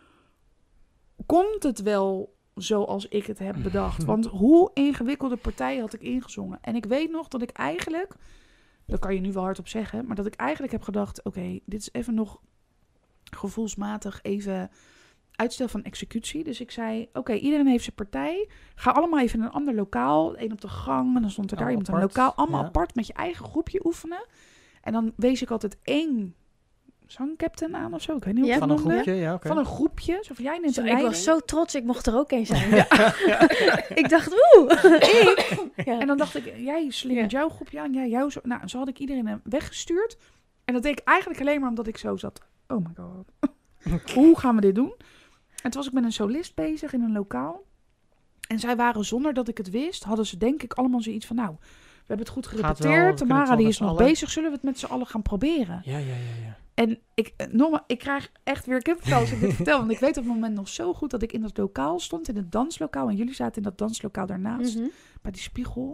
komt het wel zoals ik het heb bedacht? Want hoe ingewikkelde partij had ik ingezongen? En ik weet nog dat ik eigenlijk Dat kan je nu wel hardop zeggen. Maar dat ik eigenlijk heb gedacht, oké, okay, dit is even nog gevoelsmatig even uitstel van executie. Dus ik zei, oké, okay, iedereen heeft zijn partij. Ga allemaal even in een ander lokaal. Eén op de gang en dan stond er daar oh, iemand apart. een lokaal. Allemaal Ja. apart met je eigen groepje oefenen. En dan wees ik altijd één zangcaptain aan of zo. Ik weet niet hoe Ja. ik Van dat een noemde. groepje, ja, oké. Van een groepje. Zo van, jij neemt Zo, de ik leiding. was zo trots, ik mocht er ook een zijn. Ik dacht, oeh, ik. Ja. En dan dacht ik, jij slingert Ja. jouw groepje aan, jij jou zo. Nou, zo had ik iedereen eh, weggestuurd. En dat deed ik eigenlijk alleen maar omdat ik zo zat. Oh my god. Hoe gaan we dit doen? En toen was ik met een solist bezig in een lokaal. En zij waren, zonder dat ik het wist, hadden ze denk ik allemaal zoiets van, nou, we hebben het goed Gaat wel, we gerepeteerd. kunnen het Tamara wel die met is z'n nog allen. bezig. Zullen we het met z'n allen gaan proberen? Ja, ja, ja, ja. En ik, eh, nogmaals, ik krijg echt weer kippenvel als ik dit vertel. Want ik weet op het moment nog zo goed dat ik in dat lokaal stond, in het danslokaal. En jullie zaten in dat danslokaal daarnaast, Mhm. bij die spiegel.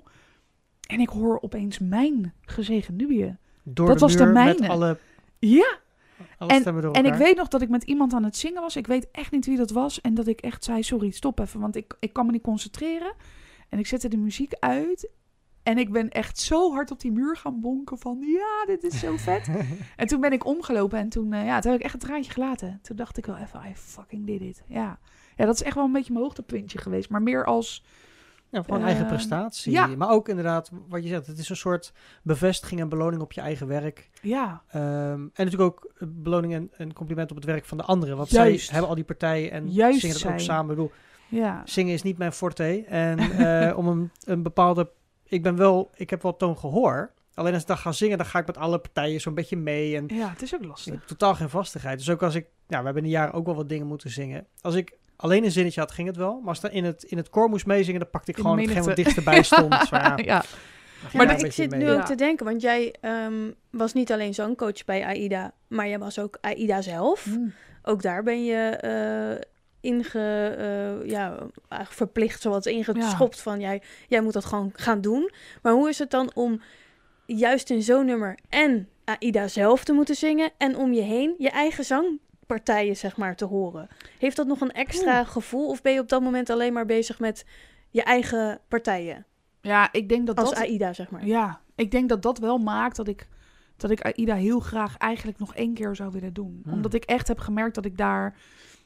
En ik hoor opeens mijn gezegend Nubië. Door Dat de was de muur mijne. met alle, Ja, alle stemmen door en ik elkaar. weet nog dat ik met iemand aan het zingen was. Ik weet echt niet wie dat was. En dat ik echt zei, sorry, stop even. Want ik, ik kan me niet concentreren. En ik zette de muziek uit. En ik ben echt zo hard op die muur gaan bonken van, ja, dit is zo vet. En toen ben ik omgelopen en toen, uh, ja, toen heb ik echt een traantje gelaten. Toen dacht ik wel even, I fucking did it. Ja. Ja, dat is echt wel een beetje mijn hoogtepuntje geweest. Maar meer als, Ja, gewoon Eh, eigen prestatie. ja. Maar ook inderdaad, wat je zegt, het is een soort bevestiging en beloning op je eigen werk. ja, Ehm, en natuurlijk ook eh, beloning en, en compliment op het werk van de anderen. Want Juist. zij hebben al die partijen en Juist zingen het ook zij. samen. Ik bedoel, ja. zingen is niet mijn forte. En eh, om een, een bepaalde... Ik ben wel... Ik heb wel toongehoor. Alleen als ik dan ga zingen, dan ga ik met alle partijen zo'n beetje mee. En Ja, het is ook ik lastig. heb totaal geen vastigheid. Dus ook als ik... Ja, we hebben in een jaar ook wel wat dingen moeten zingen. Als ik alleen een zinnetje had, ging het wel. Maar als ik dan in het, in het koor moest meezingen, dan pakte ik In de gewoon hetgeen wat menigte. dichterbij stond. Zo, ja, ja. dan Ja, ging maar daar een ik beetje zit mee. nu Ja. ook te denken, want jij ehm, was niet alleen zangcoach bij AIDA, maar jij was ook AIDA zelf. Mm. Ook daar ben je eh inge, eh, ja, eigenlijk verplicht, zoals ingeschopt van jij, jij moet dat gewoon gaan doen. Maar hoe is het dan om juist in zo'n nummer en AIDA zelf te moeten zingen en om je heen je eigen zangpartijen, zeg maar, te horen? Heeft dat nog een extra gevoel of ben je op dat moment alleen maar bezig met je eigen partijen Ja, ik denk dat als dat... AIDA, zeg maar? Ja, ik denk dat dat wel maakt dat ik, dat ik AIDA heel graag eigenlijk nog één keer zou willen doen. Hmm. Omdat ik echt heb gemerkt dat ik daar...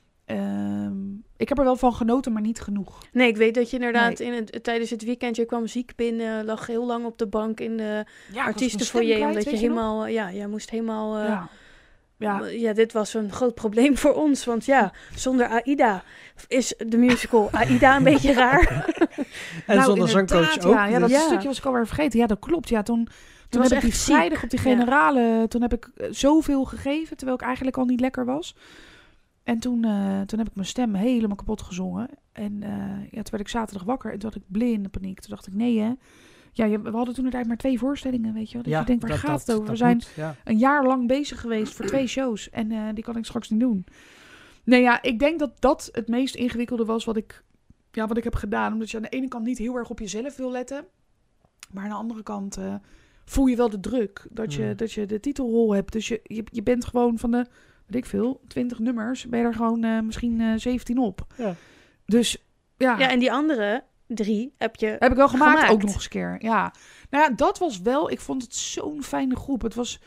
ehm, ik heb er wel van genoten, maar niet genoeg. Nee, ik weet dat je inderdaad in het, tijdens het weekend, je kwam ziek binnen, lag heel lang op de bank in de Ja, artiestenfoyer, omdat je helemaal, uh, ja, jij moest helemaal, uh, Ja. Ja. ja, dit was een groot probleem voor ons, want ja, zonder AIDA is de musical AIDA een beetje raar. En Nou, zonder zangcoach inderdaad, ook. Ja, ja, dat Ja. stukje was ik alweer vergeten. Ja, dat klopt. Ja, toen, toen was heb ik die echt ziek. vrijdag op die Ja. generale... Toen heb ik eh, zoveel gegeven, terwijl ik eigenlijk al niet lekker was. En toen, eh, toen heb ik mijn stem helemaal kapot gezongen. En eh, ja, toen werd ik zaterdag wakker en toen had ik blinde paniek. Toen dacht ik, nee hè. Ja, je- we hadden toen uiteindelijk maar twee voorstellingen, weet je wel. Dat je denkt, waar dat- gaat dat- het over? dat We zijn moet, ja. een jaar lang bezig geweest voor twee shows. En eh, die kan ik straks niet doen. Nee, ja, ik denk dat dat het meest ingewikkelde was wat ik, ja, wat ik heb gedaan. Omdat je aan de ene kant niet heel erg op jezelf wil letten. Maar aan de andere kant eh, voel je wel de druk. Dat je, Hmm. dat je de titelrol hebt. Dus je, je, je bent gewoon van de, weet ik veel, twintig nummers. Ben je er gewoon eh, misschien eh, zeventien op. Ja. Dus ja, Ja, en die andere drie heb je... heb ik wel gemaakt, gemaakt. ook nog eens een keer. Ja. Nou ja, dat was wel... Ik vond het zo'n fijne groep. Het was...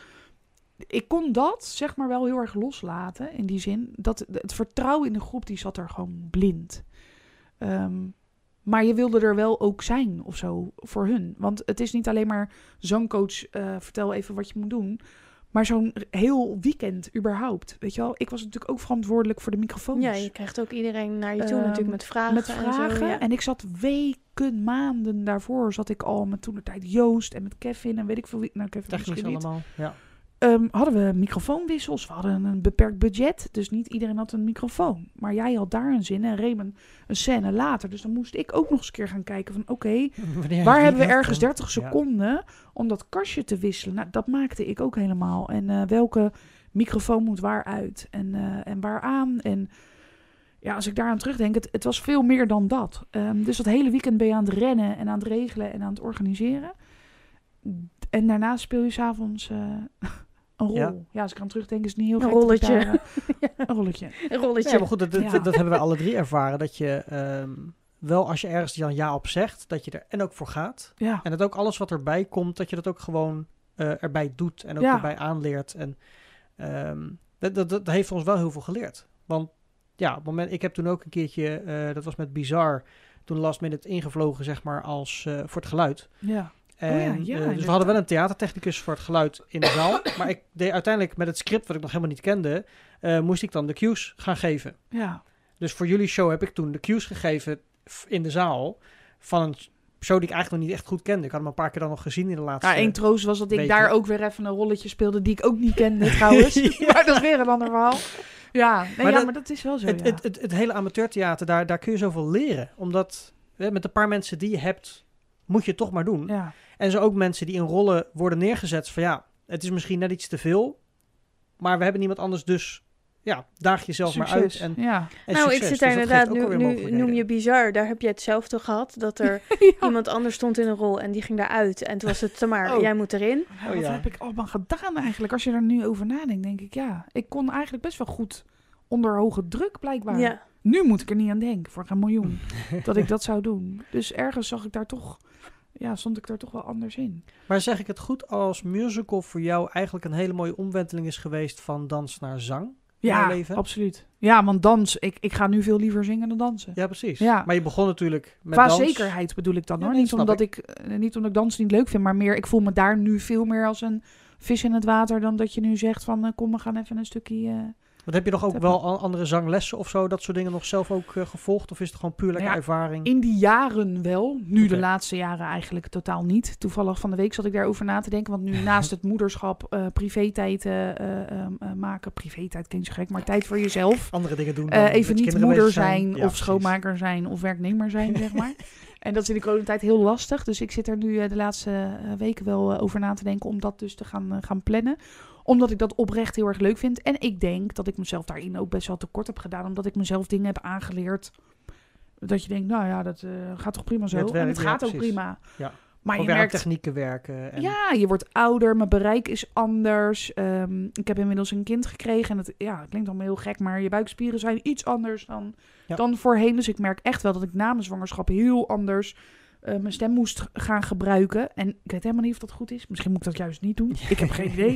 Ik kon dat, zeg maar, wel heel erg loslaten. In die zin. Dat het vertrouwen in de groep, die zat er gewoon blind. Ehm, maar je wilde er wel ook zijn, of zo, voor hun. Want het is niet alleen maar zangcoach, eh, vertel even wat je moet doen. Maar zo'n heel weekend überhaupt. Weet je wel? Ik was natuurlijk ook verantwoordelijk voor de microfoons. Ja, je krijgt ook iedereen naar je toe Ehm, natuurlijk met vragen, Met vragen. en zo. Ja. En ik zat weken, maanden daarvoor zat ik al met toen de tijd Joost en met Kevin en weet ik veel wie. Nou, Kevin Technisch misschien niet. allemaal. Ja. Ehm, hadden we microfoonwissels. We hadden een beperkt budget. Dus niet iedereen had een microfoon. Maar jij had daar een zin en Raymond een scène later. Dus dan moest ik ook nog eens een keer gaan kijken van oké, Wanneer waar wie hebben we dat ergens dan? dertig Ja. seconden om dat kastje te wisselen? Nou, dat maakte ik ook helemaal. En eh, welke microfoon moet waar uit en, eh, en waar aan? En ja, als ik daaraan terugdenk, het, het was veel meer dan dat. Ehm, dus dat hele weekend ben je aan het rennen en aan het regelen en aan het organiseren. En daarna speel je s'avonds uh, een rol. Ja. Ja. als ik aan terugdenk is het niet heel Een gek dat ik rolletje. daar, uh, een rolletje. Een rolletje. Ja, maar goed, dat, dat, Ja. dat hebben wij alle drie ervaren. Dat je ehm, wel, als je ergens dan ja op zegt, dat je er en ook voor gaat. Ja. En dat ook alles wat erbij komt, dat je dat ook gewoon uh, erbij doet en ook Ja. erbij aanleert. En um, dat, dat, dat heeft ons wel heel veel geleerd. Want ja, op het moment, ik heb toen ook een keertje, uh, dat was met Bizarre, toen last minute ingevlogen, zeg maar, als uh, voor het geluid. Ja. En, Oh ja, ja, uh, dus inderdaad. we hadden wel een theatertechnicus voor het geluid in de zaal. Maar ik deed uiteindelijk met het script, wat ik nog helemaal niet kende, uh, moest ik dan de cues gaan geven. Ja. Dus voor jullie show heb ik toen de cues gegeven f- in de zaal van een show die ik eigenlijk nog niet echt goed kende. Ik had hem een paar keer dan nog gezien in de laatste... Ja, één troost was dat ik weken. daar ook weer even een rolletje speelde die ik ook niet kende trouwens. Ja. Maar dat is weer een ander verhaal. Ja, nee, Maar ja dat- maar dat is wel zo, Het, ja. het, het, het hele amateurtheater, daar, daar kun je zoveel leren. Omdat hè, met de paar mensen die je hebt, moet je het toch maar doen. ja. En zo ook mensen die in rollen worden neergezet van ja, het is misschien net iets te veel, maar we hebben niemand anders, dus ja, daag jezelf maar uit. Succes. En, ja. en nou, succes. ik zit Dus daar dat inderdaad, geeft ook nu, alweer nu mogelijkheden. noem je bizar, daar heb je hetzelfde gehad, dat er Ja. iemand anders stond in een rol en die ging daaruit. En toen was het, Tamar, Oh. jij moet erin. Ja, Oh, wat ja. heb ik allemaal gedaan eigenlijk? Als je er nu over nadenkt, denk ik, ja. Ik kon eigenlijk best wel goed onder hoge druk, blijkbaar. Ja. Nu moet ik er niet aan denken, voor geen miljoen, dat ik dat zou doen. Dus ergens zag ik daar toch, ja, stond ik daar toch wel anders in. Maar zeg ik het goed als musical voor jou eigenlijk een hele mooie omwenteling is geweest van dans naar zang in Ja, jouw leven? absoluut. Ja, want dans, ik, ik ga nu veel liever zingen dan dansen. Ja, precies. Ja. Maar je begon natuurlijk met Qua dans. zekerheid bedoel ik dan Ja, hoor. nee, Niet snap omdat ik. eh, niet omdat ik dans niet leuk vind, maar meer ik voel me daar nu veel meer als een vis in het water dan dat je nu zegt van eh, kom, we gaan even een stukje. eh, Want heb je nog ook Heb wel a- andere zanglessen of zo, dat soort dingen nog zelf ook uh, gevolgd? Of is het gewoon puur lekker Ja, ervaring? In die jaren wel. Nu Oké. de laatste jaren eigenlijk totaal niet. Toevallig van de week zat ik daarover na te denken. Want nu naast het moederschap uh, privé-tijd uh, uh, uh, maken. Privé-tijd klinkt zo gek, maar tijd voor jezelf. Andere dingen doen. Uh, dan met even niet kinderen moeder bezig zijn Ja, of precies. schoonmaker zijn of werknemer zijn, zeg maar. En dat is in de coronatijd heel lastig. Dus ik zit er nu uh, de laatste uh, weken wel uh, over na te denken om dat dus te gaan, uh, gaan plannen. Omdat ik dat oprecht heel erg leuk vind. En ik denk dat ik mezelf daarin ook best wel tekort heb gedaan. Omdat ik mezelf dingen heb aangeleerd. Dat je denkt, nou ja, dat uh, gaat toch prima zo. Ja, het werkt, en het ja, gaat ook precies. prima. Ja. Maar Ook je weer aan merkt, technieken werken. En... ja, je wordt ouder. Mijn bereik is anders. Um, ik heb inmiddels een kind gekregen. En het, ja, het klinkt allemaal heel gek. Maar je buikspieren zijn iets anders dan, Ja. dan voorheen. Dus ik merk echt wel dat ik na mijn zwangerschap heel anders uh, mijn stem moest gaan gebruiken. En ik weet helemaal niet of dat goed is. Misschien moet ik dat juist niet doen. Ik heb geen idee.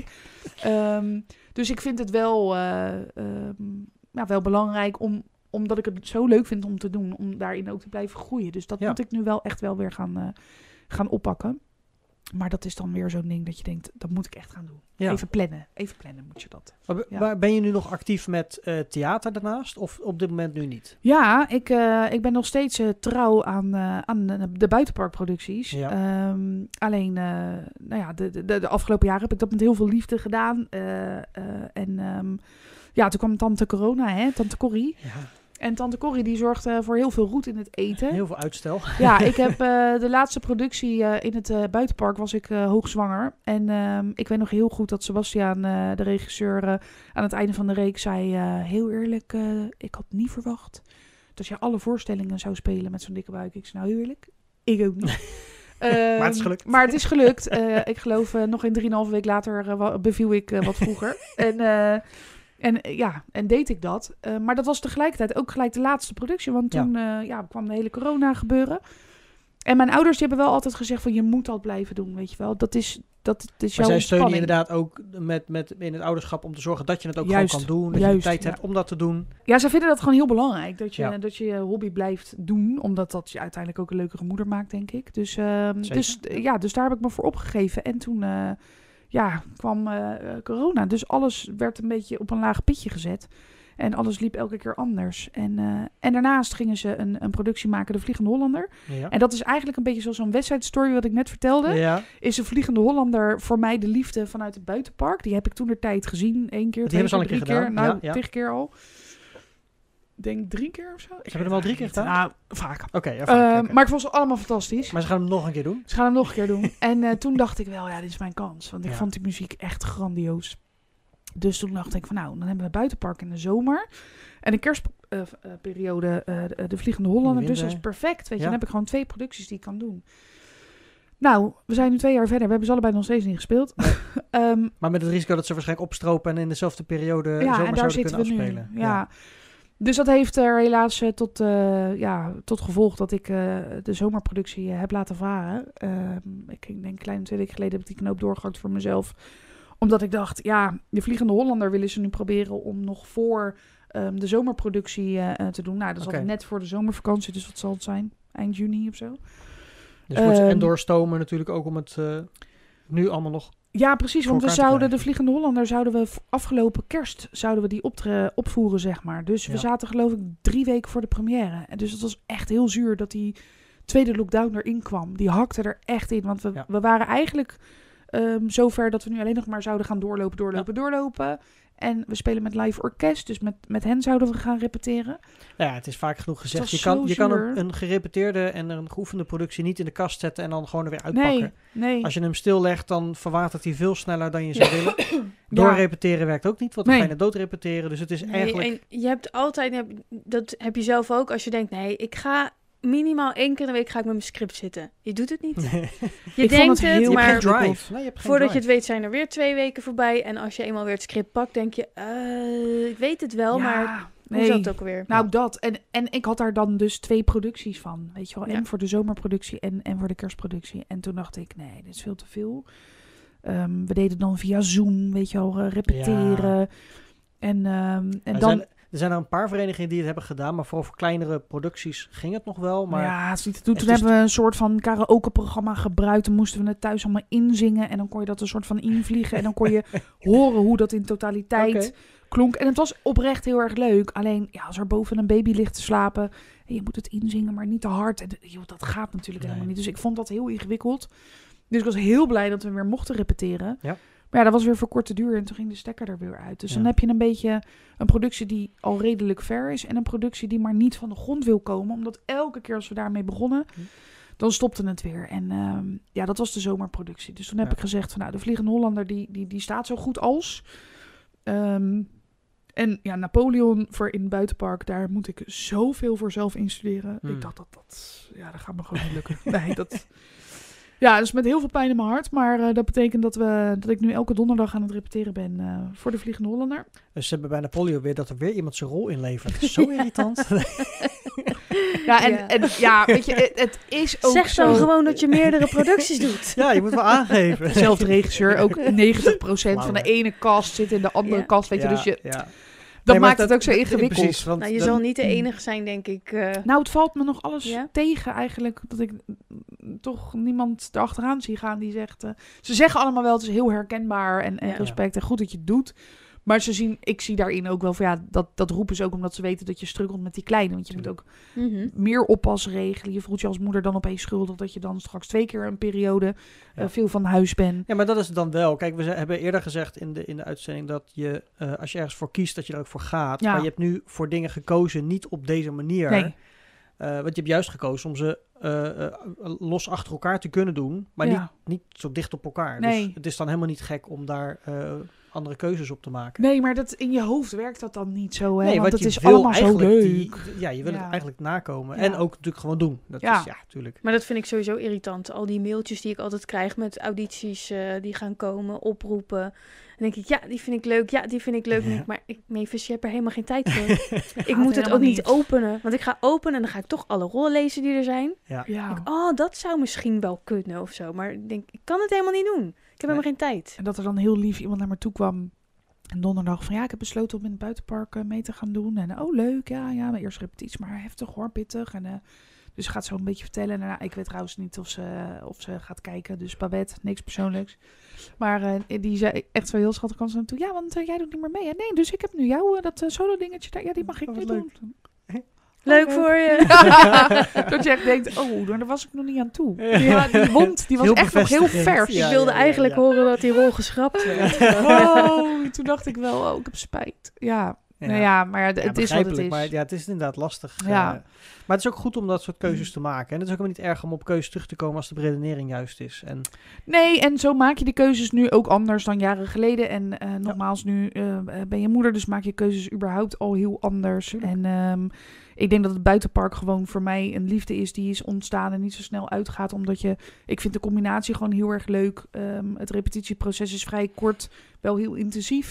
Um, dus ik vind het wel, uh, um, ja, wel belangrijk om, omdat ik het zo leuk vind om te doen. Om daarin ook te blijven groeien. Dus dat Ja. moet ik nu wel echt wel weer gaan, uh, gaan oppakken. Maar dat is dan weer zo'n ding dat je denkt, dat moet ik echt gaan doen. Ja. Even plannen. Even plannen moet je dat. Maar be- Ja. waar- ben je nu nog actief met uh, theater daarnaast? Of op dit moment nu niet? Ja, ik, uh, ik ben nog steeds uh, trouw aan, uh, aan de, de buitenparkproducties. Ja. Um, alleen, uh, nou ja, de, de, de afgelopen jaren heb ik dat met heel veel liefde gedaan. Uh, uh, en um, ja, toen kwam tante corona, hè, tante Corrie. Ja. En tante Corrie die zorgt uh, voor heel veel roet in het eten. Heel veel uitstel. Ja, ik heb uh, de laatste productie uh, in het uh, buitenpark was ik uh, hoogzwanger. En um, ik weet nog heel goed dat Sebastiaan, uh, de regisseur, uh, aan het einde van de reeks zei... Uh, heel eerlijk, uh, ik had niet verwacht dat je alle voorstellingen zou spelen met zo'n dikke buik. Ik zei, nou heel eerlijk, ik ook niet. Um, Maar het is gelukt. Maar het is gelukt. Uh, ik geloof uh, nog in drieënhalve week later uh, wa- beviel ik uh, wat vroeger. en... Uh, En uh, ja, en deed ik dat. Uh, maar dat was tegelijkertijd ook gelijk de laatste productie. Want toen ja. Uh, ja, kwam de hele corona gebeuren. En mijn ouders die hebben wel altijd gezegd van je moet dat blijven doen, weet je wel. Dat is, dat, dat is Maar jouw zij steunen je ontspanning. inderdaad ook met, met, in het ouderschap om te zorgen dat je het ook Juist, gewoon kan doen. Dat juist, je tijd ja. hebt om dat te doen. Ja, zij vinden dat gewoon heel belangrijk. Dat je, Ja. dat je je hobby blijft doen. Omdat dat je uiteindelijk ook een leukere moeder maakt, denk ik. Dus, uh, dus, ja. ja, dus daar heb ik me voor opgegeven. En toen uh, ja, kwam uh, corona. Dus alles werd een beetje op een laag pitje gezet. En alles liep elke keer anders. En, uh, en daarnaast gingen ze een, een productie maken, De Vliegende Hollander. Ja. En dat is eigenlijk een beetje zoals zo'n wedstrijdstory wat ik net vertelde. Ja. Is De Vliegende Hollander voor mij de liefde vanuit het buitenpark. Die heb ik toen de tijd gezien. Eén keer, Die twee hebben ze al keer, een drie keer keer. gedaan. Nou, Ja, ja. tig keer al. Ik denk drie keer of zo. Ze hebben hem al drie keer gedaan? Nou, vaak. Oké, ja, Uh, vaak, oké. Maar ik vond ze allemaal fantastisch. Maar ze gaan hem nog een keer doen. Ze gaan hem nog een keer doen. En uh, toen dacht ik wel, ja, dit is mijn kans. Want ik Ja. vond die muziek echt grandioos. Dus toen dacht ik van, nou, dan hebben we buitenpark in de zomer. En de kerstperiode uh, uh, de, de Vliegende Hollander. In de Dus dat is winter. perfect, weet je. Ja. Dan heb ik gewoon twee producties die ik kan doen. Nou, we zijn nu twee jaar verder. We hebben ze allebei nog steeds niet gespeeld. um, Maar met het risico dat ze waarschijnlijk opstropen en in dezelfde periode ja, zomaar en daar zouden zitten kunnen we nu. afspelen. Ja. Dus dat heeft er helaas uh, tot, uh, ja, tot gevolg dat ik uh, de zomerproductie uh, heb laten varen. Uh, ik, ik denk kleine twee weken geleden heb ik die knoop doorgehakt voor mezelf. Omdat ik dacht, ja, de Vliegende Hollander willen ze nu proberen om nog voor um, de zomerproductie uh, te doen. Nou, dat is okay. altijd net voor de zomervakantie, dus wat zal het zijn? Eind juni of zo. Dus wordt um, en doorstomen natuurlijk ook om het uh, nu allemaal nog... Ja, precies, want we zouden de Vliegende Hollander zouden we afgelopen kerst zouden we die optre- opvoeren, zeg maar. Dus ja. we zaten geloof ik drie weken voor de première. En dus het was echt heel zuur dat die tweede lockdown erin kwam. Die hakte er echt in, want we, ja. we waren eigenlijk um, zover dat we nu alleen nog maar zouden gaan doorlopen, doorlopen, ja. doorlopen. En we spelen met live orkest, dus met, met hen zouden we gaan repeteren. Ja, het is vaak genoeg gezegd. Je kan, je kan een, een gerepeteerde en een geoefende productie niet in de kast zetten en dan gewoon er weer uitpakken. Nee, nee. Als je hem stillegt, dan verwatert hij veel sneller dan je zou willen. Doorrepeteren ja. werkt ook niet, want dan nee. ga je naar dood repeteren. Dus het is nee, eigenlijk... En je hebt altijd, dat heb je zelf ook, als je denkt, nee, ik ga... minimaal één keer in de week ga ik met mijn script zitten. Je doet het niet. Nee. Je ik denkt het, het, maar drive. Nee, je voordat drive. je het weet zijn er weer twee weken voorbij. En als je eenmaal weer het script pakt, denk je... Uh, ik weet het wel, ja, maar nee. hoe zat het ook alweer? Nou, ja. dat. En, en ik had daar dan dus twee producties van. Weet je wel, ja. en voor de zomerproductie en, en voor de kerstproductie. En toen dacht ik, nee, dit is veel te veel. Um, we deden dan via Zoom, weet je wel, uh, repeteren. Ja. En, um, en er dan... Zijn, er zijn er een paar verenigingen die het hebben gedaan, maar vooral voor kleinere producties ging het nog wel. Maar ja, het is niet, toen, toen hebben we een soort van karaoke-programma gebruikt. Toen moesten we het thuis allemaal inzingen en dan kon je dat een soort van invliegen. En dan kon je horen hoe dat in totaliteit okay. klonk. En het was oprecht heel erg leuk. Alleen, ja, als er boven een baby ligt te slapen, en je moet het inzingen, maar niet te hard. En, joh, dat gaat natuurlijk nee. helemaal niet. Dus ik vond dat heel ingewikkeld. Dus ik was heel blij dat we weer mochten repeteren. Ja. Maar ja, dat was weer voor korte duur en toen ging de stekker er weer uit. Dus ja. dan heb je een beetje een productie die al redelijk ver is en een productie die maar niet van de grond wil komen. Omdat elke keer als we daarmee begonnen, hm. dan stopte het weer. En um, ja, dat was de zomerproductie. Dus toen heb ja. ik gezegd van nou, de Vliegende Hollander die, die, die staat zo goed als. Um, en ja, Napoleon voor in het buitenpark, daar moet ik zoveel voor zelf instuderen. Hm. Ik dacht dat dat, ja, dat gaat me gewoon niet lukken. Nee, dat... Ja, dus met heel veel pijn in mijn hart. Maar uh, dat betekent dat, we, dat ik nu elke donderdag aan het repeteren ben uh, voor de Vliegende Hollander. Dus ze hebben bij Napoleon weer dat er weer iemand zijn rol inlevert. Dat is zo irritant. ja, en ja. en ja, weet je, het, het is ook zeg zo... dan gewoon dat je meerdere producties doet. Ja, je moet wel aangeven. Zelfde regisseur, ook negentig procent van de ene cast zit in de andere ja. cast, weet je. Ja, dus je... Ja. Dat nee, maakt dat, het ook zo ingewikkeld. Precies, want nou, je dat, zal niet de enige zijn, denk ik. Uh... Nou, het valt me nog alles ja? tegen eigenlijk. Dat ik toch niemand erachteraan zie gaan die zegt... Uh, ze zeggen allemaal wel, het is heel herkenbaar en, en ja, respect ja. en goed dat je het doet. Maar ze zien, ik zie daarin ook wel van ja, dat, dat roepen ze ook omdat ze weten dat je struggelt met die kleine. Want je moet ook mm-hmm. meer oppas regelen. Je voelt je als moeder dan opeens schuldig dat je dan straks twee keer een periode ja. uh, veel van huis bent. Ja, maar dat is het dan wel. Kijk, we z- hebben eerder gezegd in de, in de uitzending dat je, uh, als je ergens voor kiest, dat je er ook voor gaat. Ja. Maar je hebt nu voor dingen gekozen, niet op deze manier. Nee. Uh, want je hebt juist gekozen om ze uh, uh, los achter elkaar te kunnen doen, maar ja. niet, niet zo dicht op elkaar. Nee. Dus het is dan helemaal niet gek om daar uh, andere keuzes op te maken. Nee, maar dat, in je hoofd werkt dat dan niet zo. Hè? Nee, want het is wil allemaal zo leuk. Die, ja, je wil ja. het eigenlijk nakomen. Ja. En ook natuurlijk gewoon doen. Dat ja. is, ja, natuurlijk. Maar dat vind ik sowieso irritant. Al die mailtjes die ik altijd krijg met audities uh, die gaan komen, oproepen. Dan denk ik, ja, die vind ik leuk. Ja, die vind ik leuk. Ja. Maar ik, Mavis, je hebt er helemaal geen tijd voor. ik moet het ook niet openen. Want ik ga openen en dan ga ik toch alle rollen lezen die er zijn. Ja. Ja. Denk, oh, dat zou misschien wel kunnen of zo. Maar ik denk, ik kan het helemaal niet doen. Ik heb nee. helemaal geen tijd. En dat er dan heel lief iemand naar me toe kwam. En donderdag van ja, ik heb besloten om in het buitenpark uh, mee te gaan doen. En oh, leuk, ja, ja, mijn eerste repetitie, maar heftig hoor, pittig. En uh, dus ze gaat zo een beetje vertellen. En nou, ik weet trouwens niet of ze, of ze gaat kijken. Dus Babette, niks persoonlijks. Maar uh, die zei echt zo heel schattig kan ze naartoe. Ja, want uh, jij doet niet meer mee. Ja, nee, dus ik heb nu jou uh, dat uh, solo dingetje daar. Ja, die mag ik niet doen. Leuk voor je. Dat je echt denkt, oh, daar was ik nog niet aan toe. Ja, die wond, die was heel echt nog heel vers. Ja, ik wilde ja, ja, eigenlijk ja. horen dat die rol geschrapt werd. Oh, toen dacht ik wel, oh, ik heb spijt. Ja, ja. Nou ja, maar het, ja, het is wat het is. Maar ja, het is inderdaad lastig. Ja. Uh, maar het is ook goed om dat soort keuzes te maken. En het is ook helemaal niet erg om op keuzes terug te komen als de beredenering juist is. En... Nee, en zo maak je de keuzes nu ook anders dan jaren geleden. En uh, nogmaals, ja. nu uh, ben je moeder, dus maak je keuzes überhaupt al heel anders. Tuurlijk. En um, ik denk dat het buitenpark gewoon voor mij een liefde is die is ontstaan en niet zo snel uitgaat. Omdat je, ik vind de combinatie gewoon heel erg leuk. Um, het repetitieproces is vrij kort, wel heel intensief.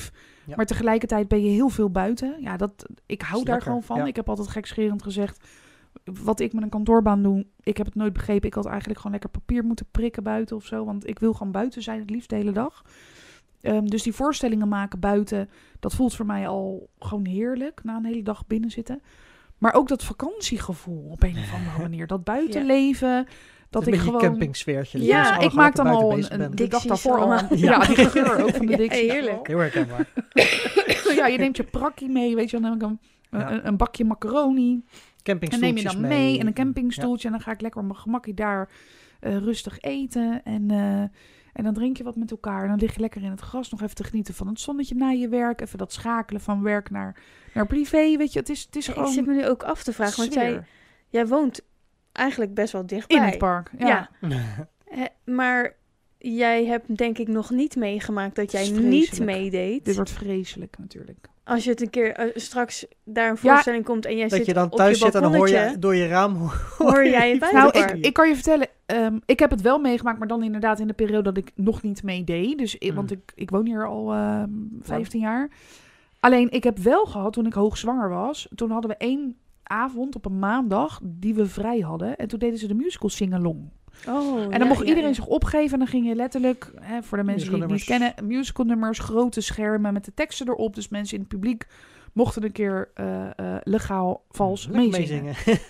Ja. Maar tegelijkertijd ben je heel veel buiten. Ja, dat, ik hou Is daar lekker, gewoon van. ja. Ik heb altijd gekscherend gezegd, wat ik met een kantoorbaan doe, ik heb het nooit begrepen. Ik had eigenlijk gewoon lekker papier moeten prikken buiten of zo. Want ik wil gewoon buiten zijn, het liefst de hele dag. Um, dus die voorstellingen maken buiten, dat voelt voor mij al gewoon heerlijk. Na een hele dag binnen zitten. Maar ook dat vakantiegevoel op een of andere manier. Dat buitenleven. Dat een ik beetje gewoon... camping-sfeertje. dat Ja, je met z'n allen ik maak gewoon dan al lekker een, buiten een, bezig de dag Dixie's daarvoor al. allemaal. Ja, Ja. die geur ook van de Ja, Dixie. heerlijk. Heel herkenbaar. Ja, je neemt je prakkie mee, weet je. Dan heb ik een, Ja. een, een bakje macaroni. En Campingstoeltjes neem je dan mee. mee en een campingstoeltje. En dan ga ik lekker op mijn gemakkie daar uh, rustig eten. En, uh, en dan drink je wat met elkaar. En dan lig je lekker in het gras nog even te genieten van het zonnetje na je werk. Even dat schakelen van werk naar, naar privé, weet je. Het is, het is Ik gewoon zit me nu ook af te vragen, want jij, sfeer. jij woont eigenlijk best wel dichtbij. In het park, ja. Ja. Hè, maar jij hebt denk ik nog niet meegemaakt dat jij Het is niet vreselijk. meedeed. Dit wordt vreselijk natuurlijk. Als je het een keer uh, straks daar een voorstelling komt en jij Dat zit je dan op thuis je zit en dan hoor je balkonnetje, door je raam... hoor jij het Nou, buitenpark. ik, ik kan je vertellen, um, ik heb het wel meegemaakt, maar dan inderdaad in de periode dat ik nog niet meedeed. Dus, ik, Mm. Want ik, ik woon hier al um, vijftien jaar. Alleen, ik heb wel gehad, toen ik hoogzwanger was, toen hadden we één avond op een maandag die we vrij hadden. En toen deden ze de musical Sing-along. Oh, En dan ja, mocht ja, iedereen ja. zich opgeven en dan ging je letterlijk, hè, voor de mensen die het niet kennen, musicalnummers, grote schermen met de teksten erop. Dus mensen in het publiek mochten een keer uh, uh, legaal vals Lekker meezingen.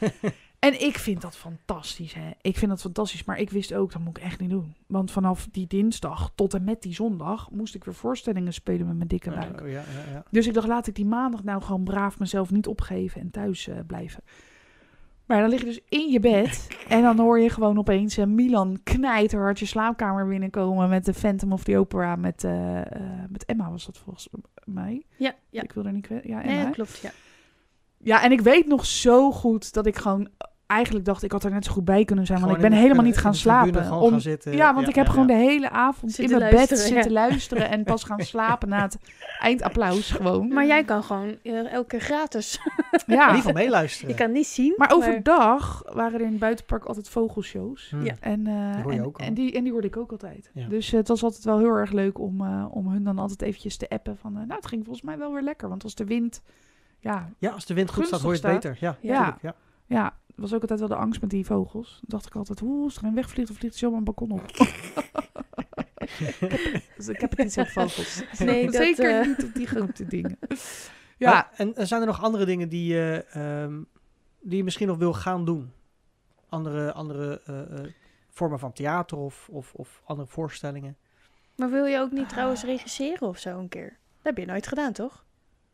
En ik vind dat fantastisch, hè. Ik vind dat fantastisch, maar ik wist ook, dat moet ik echt niet doen. Want vanaf die dinsdag tot en met die zondag moest ik weer voorstellingen spelen met mijn dikke buik. Oh, ja, ja, ja. Dus ik dacht, laat ik die maandag nou gewoon braaf mezelf niet opgeven en thuis uh, blijven. Maar dan lig je dus in je bed en dan hoor je gewoon opeens uh, Milan knijterhard je slaapkamer binnenkomen met de Phantom of the Opera met, uh, uh, met Emma was dat volgens mij. Ja, ja. Ik wil er niet kwijt. Ja, Emma. Nee, klopt, ja. Ja, en ik weet nog zo goed dat ik gewoon eigenlijk dacht, ik had er net zo goed bij kunnen zijn, want Gewoon ik ben in de- helemaal niet in de gaan tribune slapen. gewoon Om, gaan zitten. ja, want Ja, ik heb ja, gewoon ja. de hele avond Zitten in mijn bed luisteren, zitten ja. luisteren en pas gaan slapen na het eindapplaus gewoon. Maar jij kan gewoon uh, elke keer gratis. In ieder Ja, geval meeluisteren. Je kan niet zien. maar overdag waren er in het buitenpark altijd vogelshows. Hm. Ja. En, uh, Die hoor je en, ook al. en, die, en die hoorde ik ook altijd. Ja. Dus uh, het was altijd wel heel erg leuk om, uh, om hun dan altijd eventjes te appen van, uh, nou het ging volgens mij wel weer lekker, want als de wind, ja, Ja, als de wind goed staat, Gunstig hoor je het staat. beter. Ja, Ja. tuurlijk, ja. ja, was ook altijd wel de angst met die vogels. Dan dacht ik altijd, hoe als er een wegvliegt, dan vliegt hij zo mijn balkon op. ik, heb, dus ik heb het niet zo op vogels. Nee, dat, Zeker uh, niet op die grote dingen. Ja, Maar, en, en zijn er nog andere dingen die je, ehm, die je misschien nog wil gaan doen? Andere, andere uh, uh, vormen van theater of, of, of andere voorstellingen? Maar wil je ook niet trouwens regisseren of zo een keer? Dat heb je nooit gedaan, toch?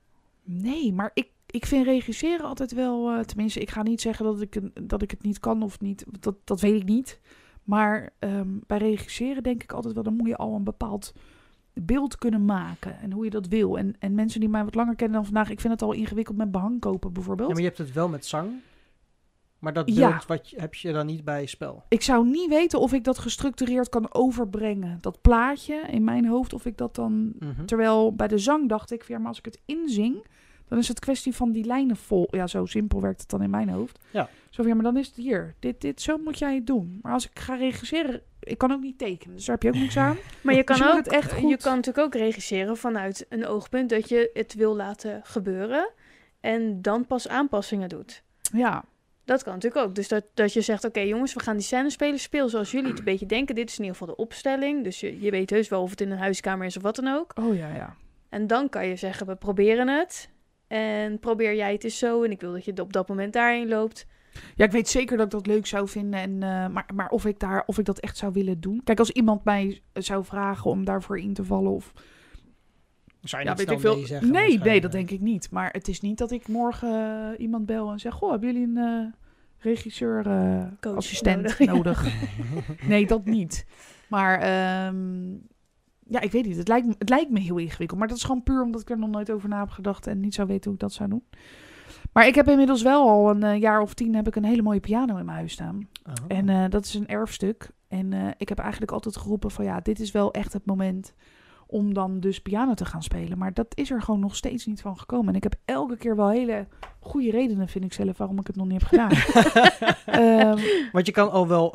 nee, maar ik, ik vind regisseren altijd wel, uh, tenminste, ik ga niet zeggen dat ik, een- dat ik het niet kan of niet, dat, dat weet ik niet. Maar um, bij regisseren denk ik altijd wel, dan moet je al een bepaald beeld kunnen maken en hoe je dat wil. En, en mensen die mij wat langer kennen dan vandaag, ik vind het al ingewikkeld met behang kopen bijvoorbeeld. Ja, maar je hebt het wel met zang. Maar dat Ja. beeld wat je, heb je dan niet bij spel. Ik zou niet weten of ik dat gestructureerd kan overbrengen. Dat plaatje in mijn hoofd, of ik dat dan... Mhm. Terwijl bij de zang dacht ik, ja, maar als ik het inzing, dan is het kwestie van die lijnen vol. Ja, zo simpel werkt het dan in mijn hoofd. Ja. Zo van, ja, maar dan is het hier. Dit, dit, zo moet jij het doen. Maar als ik ga regisseren, ik kan ook niet tekenen. Dus daar heb je ook niks aan. Maar je kan, Dus je moet ook, het echt goed- je kan natuurlijk ook regisseren vanuit een oogpunt dat je het wil laten gebeuren. En dan pas aanpassingen doet. Ja, Dat kan natuurlijk ook. Dus dat, dat je zegt, oké jongens, we gaan die scène spelen. Speel zoals jullie het een beetje denken. Dit is in ieder geval de opstelling. Dus je, je weet heus wel of het in een huiskamer is of wat dan ook. oh ja, ja. En dan kan je zeggen, we proberen het. En probeer jij het eens zo. En ik wil dat je op dat moment daarheen loopt. Ja, ik weet zeker dat ik dat leuk zou vinden. En, uh, maar maar of, ik daar, of ik dat echt zou willen doen. Kijk, als iemand mij zou vragen om daarvoor in te vallen of... Zou je Ja, niet weet ik snel veel. nee zeggen? Nee, waarschijnlijk. nee, dat denk ik niet. Maar het is niet dat ik morgen uh, iemand bel en zeg... Goh, hebben jullie een uh, regisseur, uh, Coach assistent nodig. nodig? Nee, dat niet. Maar um, ja, ik weet niet. Het lijkt, me, het lijkt me heel ingewikkeld. Maar dat is gewoon puur omdat ik er nog nooit over na heb gedacht... en niet zou weten hoe ik dat zou doen. Maar ik heb inmiddels wel al een uh, jaar of tien... heb ik een hele mooie piano in mijn huis staan. Oh. En uh, dat is een erfstuk. En uh, ik heb eigenlijk altijd geroepen van... ja, dit is wel echt het moment... om dan dus piano te gaan spelen. Maar dat is er gewoon nog steeds niet van gekomen. En ik heb elke keer wel hele goede redenen, vind ik zelf, waarom ik het nog niet heb gedaan. um, Want je kan al wel een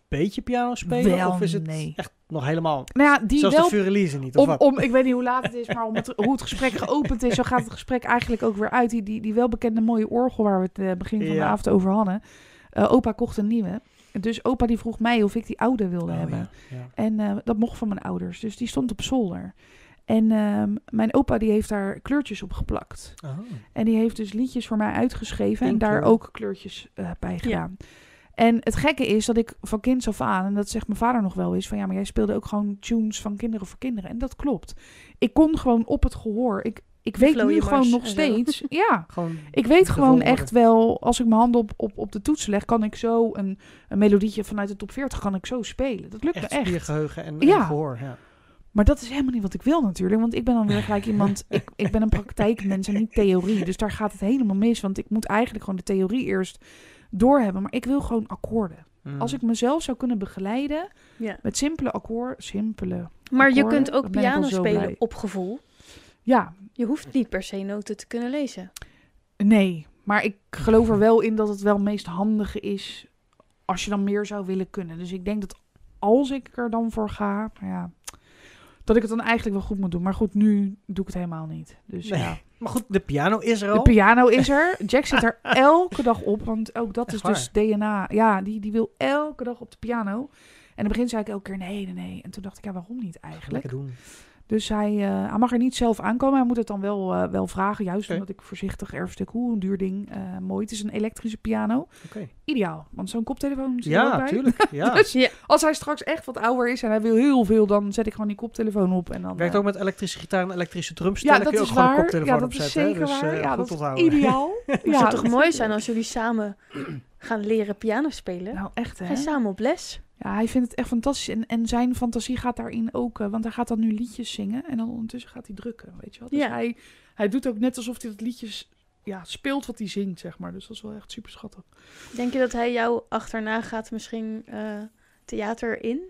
beetje piano spelen? Wel, of is het nee. echt nog helemaal... Nou ja, die Zelfs wel... de Furelise niet, of Om, wat? om, ik weet niet hoe laat het is, maar om het, hoe het gesprek geopend is, zo gaat het gesprek eigenlijk ook weer uit. Die, die, die welbekende mooie orgel waar we het uh, begin van Ja. de avond over hadden. Uh, opa kocht een nieuwe. Dus opa die vroeg mij of ik die oude wilde Oh, hebben. ja, ja. En uh, dat mocht van mijn ouders. Dus die stond op zolder. En uh, mijn opa die heeft daar kleurtjes op geplakt. Oh. En die heeft dus liedjes voor mij uitgeschreven. En daar Inkleur. ook kleurtjes uh, bij gedaan. Ja. En het gekke is dat ik van kinds af aan, en dat zegt mijn vader nog wel eens, van ja, maar jij speelde ook gewoon tunes van kinderen voor kinderen. En dat klopt. Ik kon gewoon op het gehoor. Ik, ik weet Flow nu je gewoon mars nog en zo. steeds. Ja, Gewoon ik weet de gewoon volgorde. echt wel, als ik mijn handen op, op, op de toets leg, kan ik zo een, een melodietje vanuit de top veertig kan ik zo spelen. Dat lukt echt me echt. spiergeheugen en, Ja. en gehoor. Ja. Maar dat is helemaal niet wat ik wil natuurlijk. Want ik ben dan weer gelijk iemand... ik, ik ben een praktijkmens en niet theorie. Dus daar gaat het helemaal mis. Want ik moet eigenlijk gewoon de theorie eerst doorhebben. Maar ik wil gewoon akkoorden. Mm. Als ik mezelf zou kunnen begeleiden... Ja. met simpele akkoorden... Simpele Maar je akkoorden, kunt ook dan ben ik al piano zo spelen blij. op gevoel. Ja, Je hoeft niet per se noten te kunnen lezen. nee. Maar ik geloof er wel in dat het wel het meest handige is... als je dan meer zou willen kunnen. Dus ik denk dat als ik er dan voor ga... Ja, dat ik het dan eigenlijk wel goed moet doen. Maar goed, nu doe ik het helemaal niet. Dus Nee. ja... Maar goed, de piano is er al. De piano is er. Jack zit er elke dag op, want ook dat Echt is dus D N A. Ja, die, die wil elke dag op de piano. En in het begin zei ik elke keer nee, nee, nee. En toen dacht ik, ja, waarom niet eigenlijk? Lekker doen. Dus hij, uh, hij mag er niet zelf aankomen. Hij moet het dan wel, uh, wel vragen, juist Okay. omdat ik voorzichtig erfstuk, hoe een duur ding, uh, mooi. Het is een elektrische piano. Okay. Ideaal, want zo'n koptelefoon zit er ook Ja, bij. tuurlijk. Ja. Dus Ja. als hij straks echt wat ouder is en hij wil heel veel, dan zet ik gewoon die koptelefoon op. En dan, Werkt uh, ook met elektrische gitaar en elektrische drumstellen. ja, dat kun je is ook gewoon een waar. koptelefoon Ja, dat is opzetten. zeker dus, waar. uh, Ja, goed dat is onthouden. ideaal. Het Ja, zou toch mooi zeker. zijn als jullie samen gaan leren piano spelen? Nou, echt hè. Ga je samen op les? Ja, hij vindt het echt fantastisch. En, en zijn fantasie gaat daarin ook... Uh, want hij gaat dan nu liedjes zingen. En dan ondertussen gaat hij drukken, weet je wel. Dus Ja. hij, hij doet ook net alsof hij dat liedjes ja, speelt wat hij zingt, zeg maar. Dus dat is wel echt super schattig. Denk je dat hij jou achterna gaat misschien uh, theater in?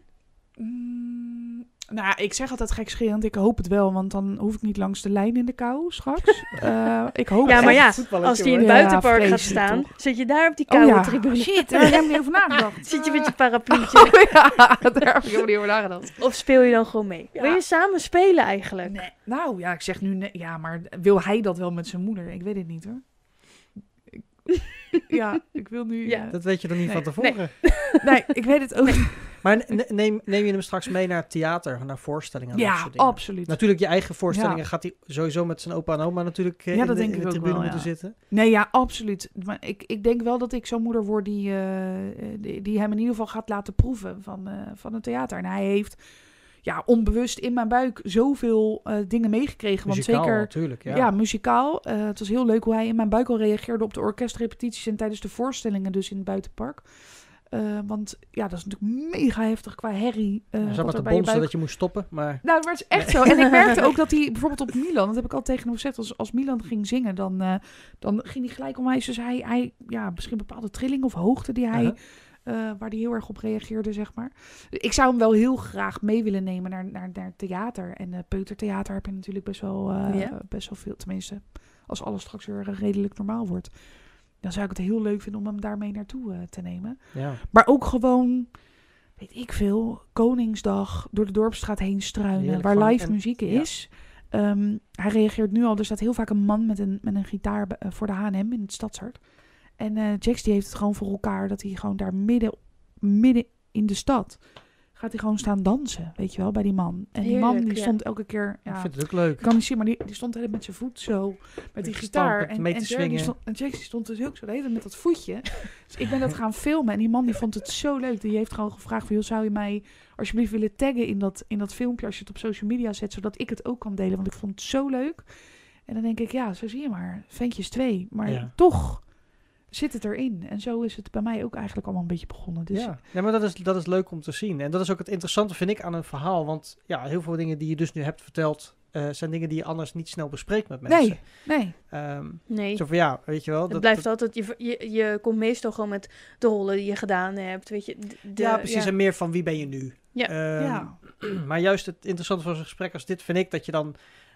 Mm, nou ja, ik zeg altijd gekscherend. Ik hoop het wel, want dan hoef ik niet langs de lijn in de kou straks. uh, ik hoop Ja, maar echt. ja, als die in het Ja, buitenpark gaat vreselijk staan, toch. zit je daar op die Oh koude ja, tribune. shit, daar heb ik niet over nagedacht. Zit je met je parapluutje? Oh, ja, daar heb ik helemaal niet over nagedacht. Of speel je dan gewoon mee? Ja. Wil je samen spelen eigenlijk? Nee. Nou ja, ik zeg nu nee. Ja, maar wil hij dat wel met zijn moeder? Ik weet het niet hoor. Ik, ja, ik wil nu... Ja. uh, Dat weet je dan niet Nee. van tevoren. nee, ik weet het ook niet. Maar ne- neem, neem je hem straks mee naar het theater, naar voorstellingen? en dat Ja, soort dingen? absoluut. Natuurlijk, je eigen voorstellingen Ja. gaat hij sowieso met zijn opa en oma natuurlijk eh, Ja, in dat de, denk in ik de ook tribune wel, moeten ja. zitten. Nee, ja, absoluut. Maar ik, ik denk wel dat ik zo'n moeder word die, uh, die, die hem in ieder geval gaat laten proeven van, uh, van het theater. En hij heeft ja, onbewust in mijn buik zoveel uh, dingen meegekregen. Want Muzikaal zeker, natuurlijk, ja. ja, muzikaal. Uh, het was heel leuk hoe hij in mijn buik al reageerde op de orkestrepetities en tijdens de voorstellingen dus in het buitenpark. Uh, want ja, dat is natuurlijk mega heftig qua herrie. Uh, Hij wat zat met er de bij je bonzen buik- dat je moest stoppen, maar... Nou, maar het is echt zo. En ik merkte ook dat hij bijvoorbeeld op Milan, dat heb ik al tegen hem gezegd, als, als Milan ging zingen, dan, uh, dan ging hij gelijk onwijs. Dus hij, hij, ja, misschien bepaalde trilling of hoogte die hij, Uh-huh. uh, waar hij heel erg op reageerde, zeg maar. Ik zou hem wel heel graag mee willen nemen naar, naar, naar theater. En uh, peutertheater heb je natuurlijk best wel, uh, Ja. best wel veel, tenminste, als alles straks weer uh, redelijk normaal wordt. Dan zou ik het heel leuk vinden om hem daarmee naartoe uh, te nemen. Ja. Maar ook gewoon, weet ik veel, Koningsdag door de Dorpsstraat heen struinen, Heerlijk, waar gewoon- live en- muziek ja. is. Um, hij reageert nu al, er staat heel vaak een man met een, met een gitaar uh, voor de H en M in het Stadshart. En uh, Jax die heeft het gewoon voor elkaar dat hij gewoon daar midden, midden in de stad gaat hij gewoon staan dansen, weet je wel, bij die man. En die man Heerlijk, die ja. stond elke keer, ja, Ik vind het ook leuk. ik kan niet zien, maar die, die stond helemaal met zijn voet zo, met die Met gitaar. stampen, En, mee te en, Jerry die swingen. stond, en Jax die stond dus ook zo de hele tijd met dat voetje. Dus ik ben dat gaan filmen en die man die vond het zo leuk. Die heeft gewoon gevraagd van, joh, zou je mij alsjeblieft willen taggen in dat, in dat filmpje als je het op social media zet, zodat ik het ook kan delen, want ik vond het zo leuk. En dan denk ik, ja, zo zie je maar, ventjes twee. Maar Ja. toch zit het erin. En zo is het bij mij ook eigenlijk allemaal een beetje begonnen. Dus Ja, ja maar dat is, dat is leuk om te zien. En dat is ook het interessante, vind ik, aan een verhaal. Want ja, heel veel dingen die je dus nu hebt verteld, uh, zijn dingen die je anders niet snel bespreekt met mensen. nee, nee. Um, Nee. zo van, ja, weet je wel. Het Dat, blijft dat- altijd, je, je, je komt meestal gewoon met de rollen die je gedaan hebt, weet je. de- de- ja, precies. En meer van wie ben je nu. Ja. Um, Ja. Maar juist het interessante van zo'n gesprek als dit vind ik dat je dan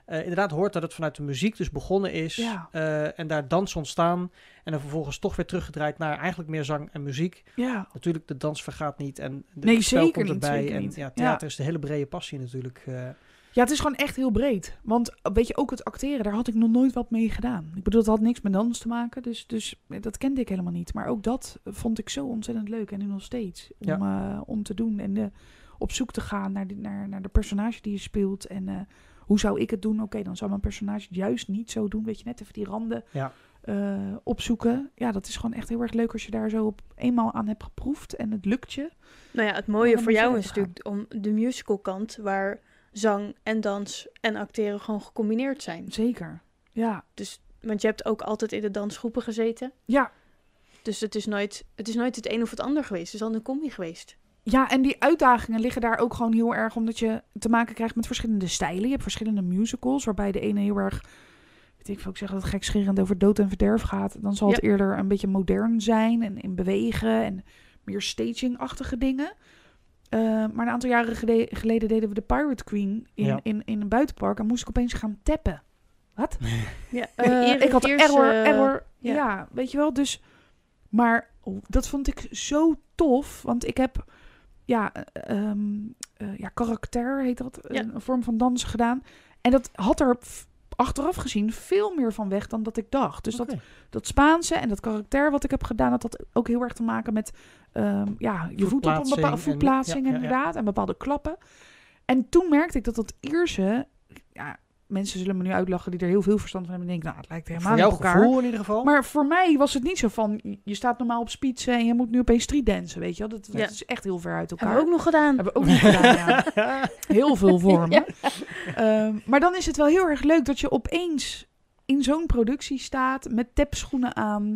uh, inderdaad hoort dat het vanuit de muziek dus begonnen is. Ja. Uh, en daar dans ontstaan. En dan vervolgens toch weer teruggedraaid naar eigenlijk meer zang en muziek. Ja. Natuurlijk, de dans vergaat niet. En de Nee, spel zeker komt niet, erbij. zeker en niet. ja, theater Ja. is de hele brede passie natuurlijk. Uh, Ja, het is gewoon echt heel breed. Want weet je, ook het acteren, daar had ik nog nooit wat mee gedaan. Ik bedoel, dat had niks met dans te maken, dus, dus dat kende ik helemaal niet. Maar ook dat vond ik zo ontzettend leuk en nu nog steeds. Om, Ja. uh, om te doen en uh, op zoek te gaan naar, die, naar, naar de personage die je speelt. En uh, hoe zou ik het doen? Oké, okay, dan zou mijn personage het juist niet zo doen. Weet je, net even die randen ja. uh, opzoeken. Ja, dat is gewoon echt heel erg leuk als je daar zo op eenmaal aan hebt geproefd en het lukt je. Nou ja, het mooie dan voor moet je jou verder is natuurlijk om de musical kant, waar zang en dans en acteren gewoon gecombineerd zijn. Zeker, ja. Dus, want je hebt ook altijd in de dansgroepen gezeten. Ja. Dus het is nooit het, is nooit het een of het ander geweest. Het is al een combi geweest. Ja, en die uitdagingen liggen daar ook gewoon heel erg omdat je te maken krijgt met verschillende stijlen. Je hebt verschillende musicals, waarbij de ene heel erg, weet ik veel, ik zeg dat het gekscherend over dood en verderf gaat. Dan zal het Ja. eerder een beetje modern zijn en in bewegen en meer staging-achtige dingen. Uh, maar een aantal jaren gede- geleden deden we de Pirate Queen in, Ja. in, in een buitenpark en moest ik opeens gaan tappen. Wat? Ja, Uh, eer- ik had eerst, error, uh, error. Ja. ja. weet je wel. Dus, maar oh, dat vond ik zo tof. Want ik heb, ja, uh, um, uh, ja karakter heet dat. Ja. Een, een vorm van dansen gedaan. En dat had er f- achteraf gezien veel meer van weg dan dat ik dacht. Dus Okay. dat, dat Spaanse en dat karakter wat ik heb gedaan, dat had ook heel erg te maken met um, ja, je voet op een bepaalde Voetplaatsing en- voetplaatsing ja, ja, ja. inderdaad. En bepaalde klappen. En toen merkte ik dat dat Ierse, ja, mensen zullen me nu uitlachen die er heel veel verstand van hebben en denken, nou, het lijkt helemaal Voor jouw niet op elkaar. gevoel in ieder geval. Maar voor mij was het niet zo van, je staat normaal op spitsen en je moet nu opeens street dansen, weet je wel. Dat, dat Ja. is echt heel ver uit elkaar. Hebben we ook nog gedaan. Hebben we ook nog gedaan, ja. Heel veel vormen. Ja. Um, maar dan is het wel heel erg leuk dat je opeens in zo'n productie staat met tapschoenen aan.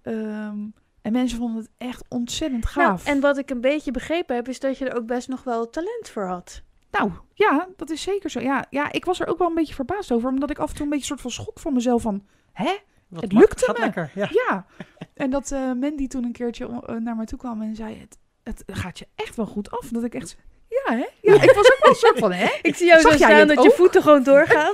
Um, en mensen vonden het echt ontzettend gaaf. Nou, en wat ik een beetje begrepen heb, is dat je er ook best nog wel talent voor had. Nou, ja, dat is zeker zo. Ja, ja, ik was er ook wel een beetje verbaasd over, omdat ik af en toe een beetje een soort van schok van mezelf van, hè? Wat het mak- lukte gaat me. lekker, ja. Ja. En dat uh, Mandy toen een keertje uh, naar mij toe kwam en zei, het, het gaat je echt wel goed af. Dat ik echt, ja hè? Ja, ik was ook wel een soort van, hè? Ik zie jou Zag zo jij staan het dat ook? je voeten gewoon doorgaan.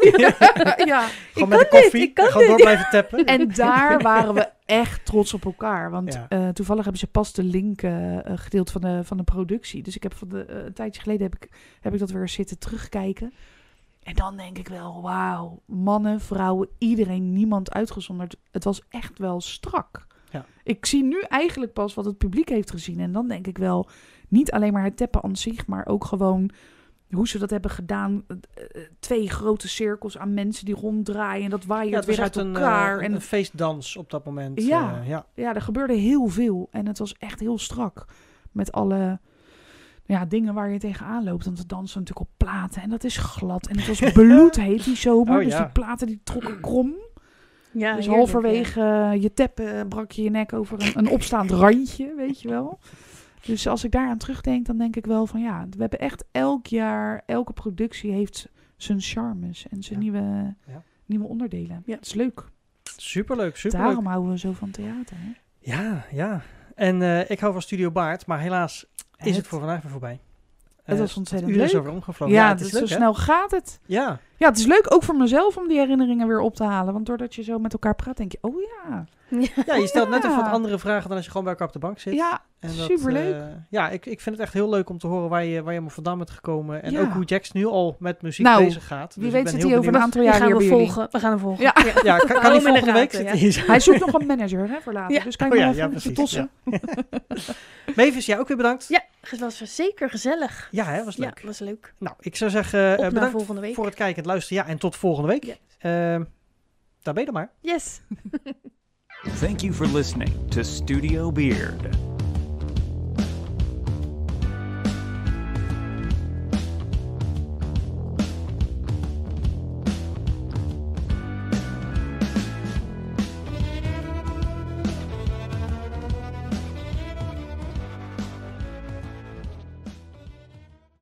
Ja. Gewoon kan met de dit, koffie ik kan en gewoon door dit. blijven tappen. En daar waren we echt trots op elkaar. Want Ja. uh, toevallig hebben ze pas de link uh, gedeeld van de, van de productie. Dus ik heb van de, uh, een tijdje geleden heb ik, heb ik dat weer zitten terugkijken. En dan denk ik wel, wauw, mannen, vrouwen, iedereen, niemand uitgezonderd. Het was echt wel strak. Ja. Ik zie nu eigenlijk pas wat het publiek heeft gezien. En dan denk ik wel, niet alleen maar het tappen aan zich, maar ook gewoon hoe ze dat hebben gedaan. Uh, twee grote cirkels aan mensen die ronddraaien. En dat waait Ja, het was weer echt uit een, elkaar. uh, en een feestdans op dat moment. Ja. Uh, ja. ja, er gebeurde heel veel. En het was echt heel strak. Met alle ja, dingen waar je tegenaan loopt. Want we dansen natuurlijk op platen. En dat is glad. En het was bloedheet die zomer. Oh, dus ja. die platen die trokken krom. Ja, dus heerlijk, halverwege ja. uh, je teppen brak je je nek over een, een opstaand randje. Weet je wel. Dus als ik daaraan terugdenk, dan denk ik wel van ja. We hebben echt elk jaar, elke productie heeft zijn charmes. En zijn Ja. nieuwe, Ja. nieuwe onderdelen. Ja. Het is leuk. Superleuk, superleuk. Daarom houden we zo van theater. Hè? Ja, ja. En uh, ik hou van Studio Baard, maar helaas is het, Het- voor vandaag weer voorbij. Het Uh, was ontzettend uur is leuk. over omgevlogen. Ja, Ja, het dus is leuk, zo hè? snel gaat het. Ja, Ja, het is leuk ook voor mezelf om die herinneringen weer op te halen. Want doordat je zo met elkaar praat, denk je, oh ja. ja, je stelt net Ja. even wat andere vragen dan als je gewoon bij elkaar op de bank zit. Ja, En dat, superleuk. uh, ja, ik, ik vind het echt heel leuk om te horen waar je, waar je helemaal vandaan bent gekomen. En Ja. ook hoe Jax nu al met muziek Nou, bezig gaat. Wie Dus ik weet ben zit heel hij over een benieuwd. aantal Die jaar gaan weer we bij jullie. volgen. We gaan hem volgen. Ja. Ja, kan, kan Hou hij hem in de volgende week gaten, zitten ja. hier? Hij zoekt nog een manager hè, voor later. Ja. Dus kan je Oh maar ja, even ja, precies, tossen. Mavis, jij ook weer bedankt. Ja, het was zeker gezellig. Ja, hè, was Ja, leuk. was leuk. Nou, ik zou zeggen, uh, Op naar bedankt volgende week. voor het kijken en het luisteren. Ja, en tot volgende week. Ja. Uh, daar ben je dan maar. Yes. Thank you for listening to Studio Beard.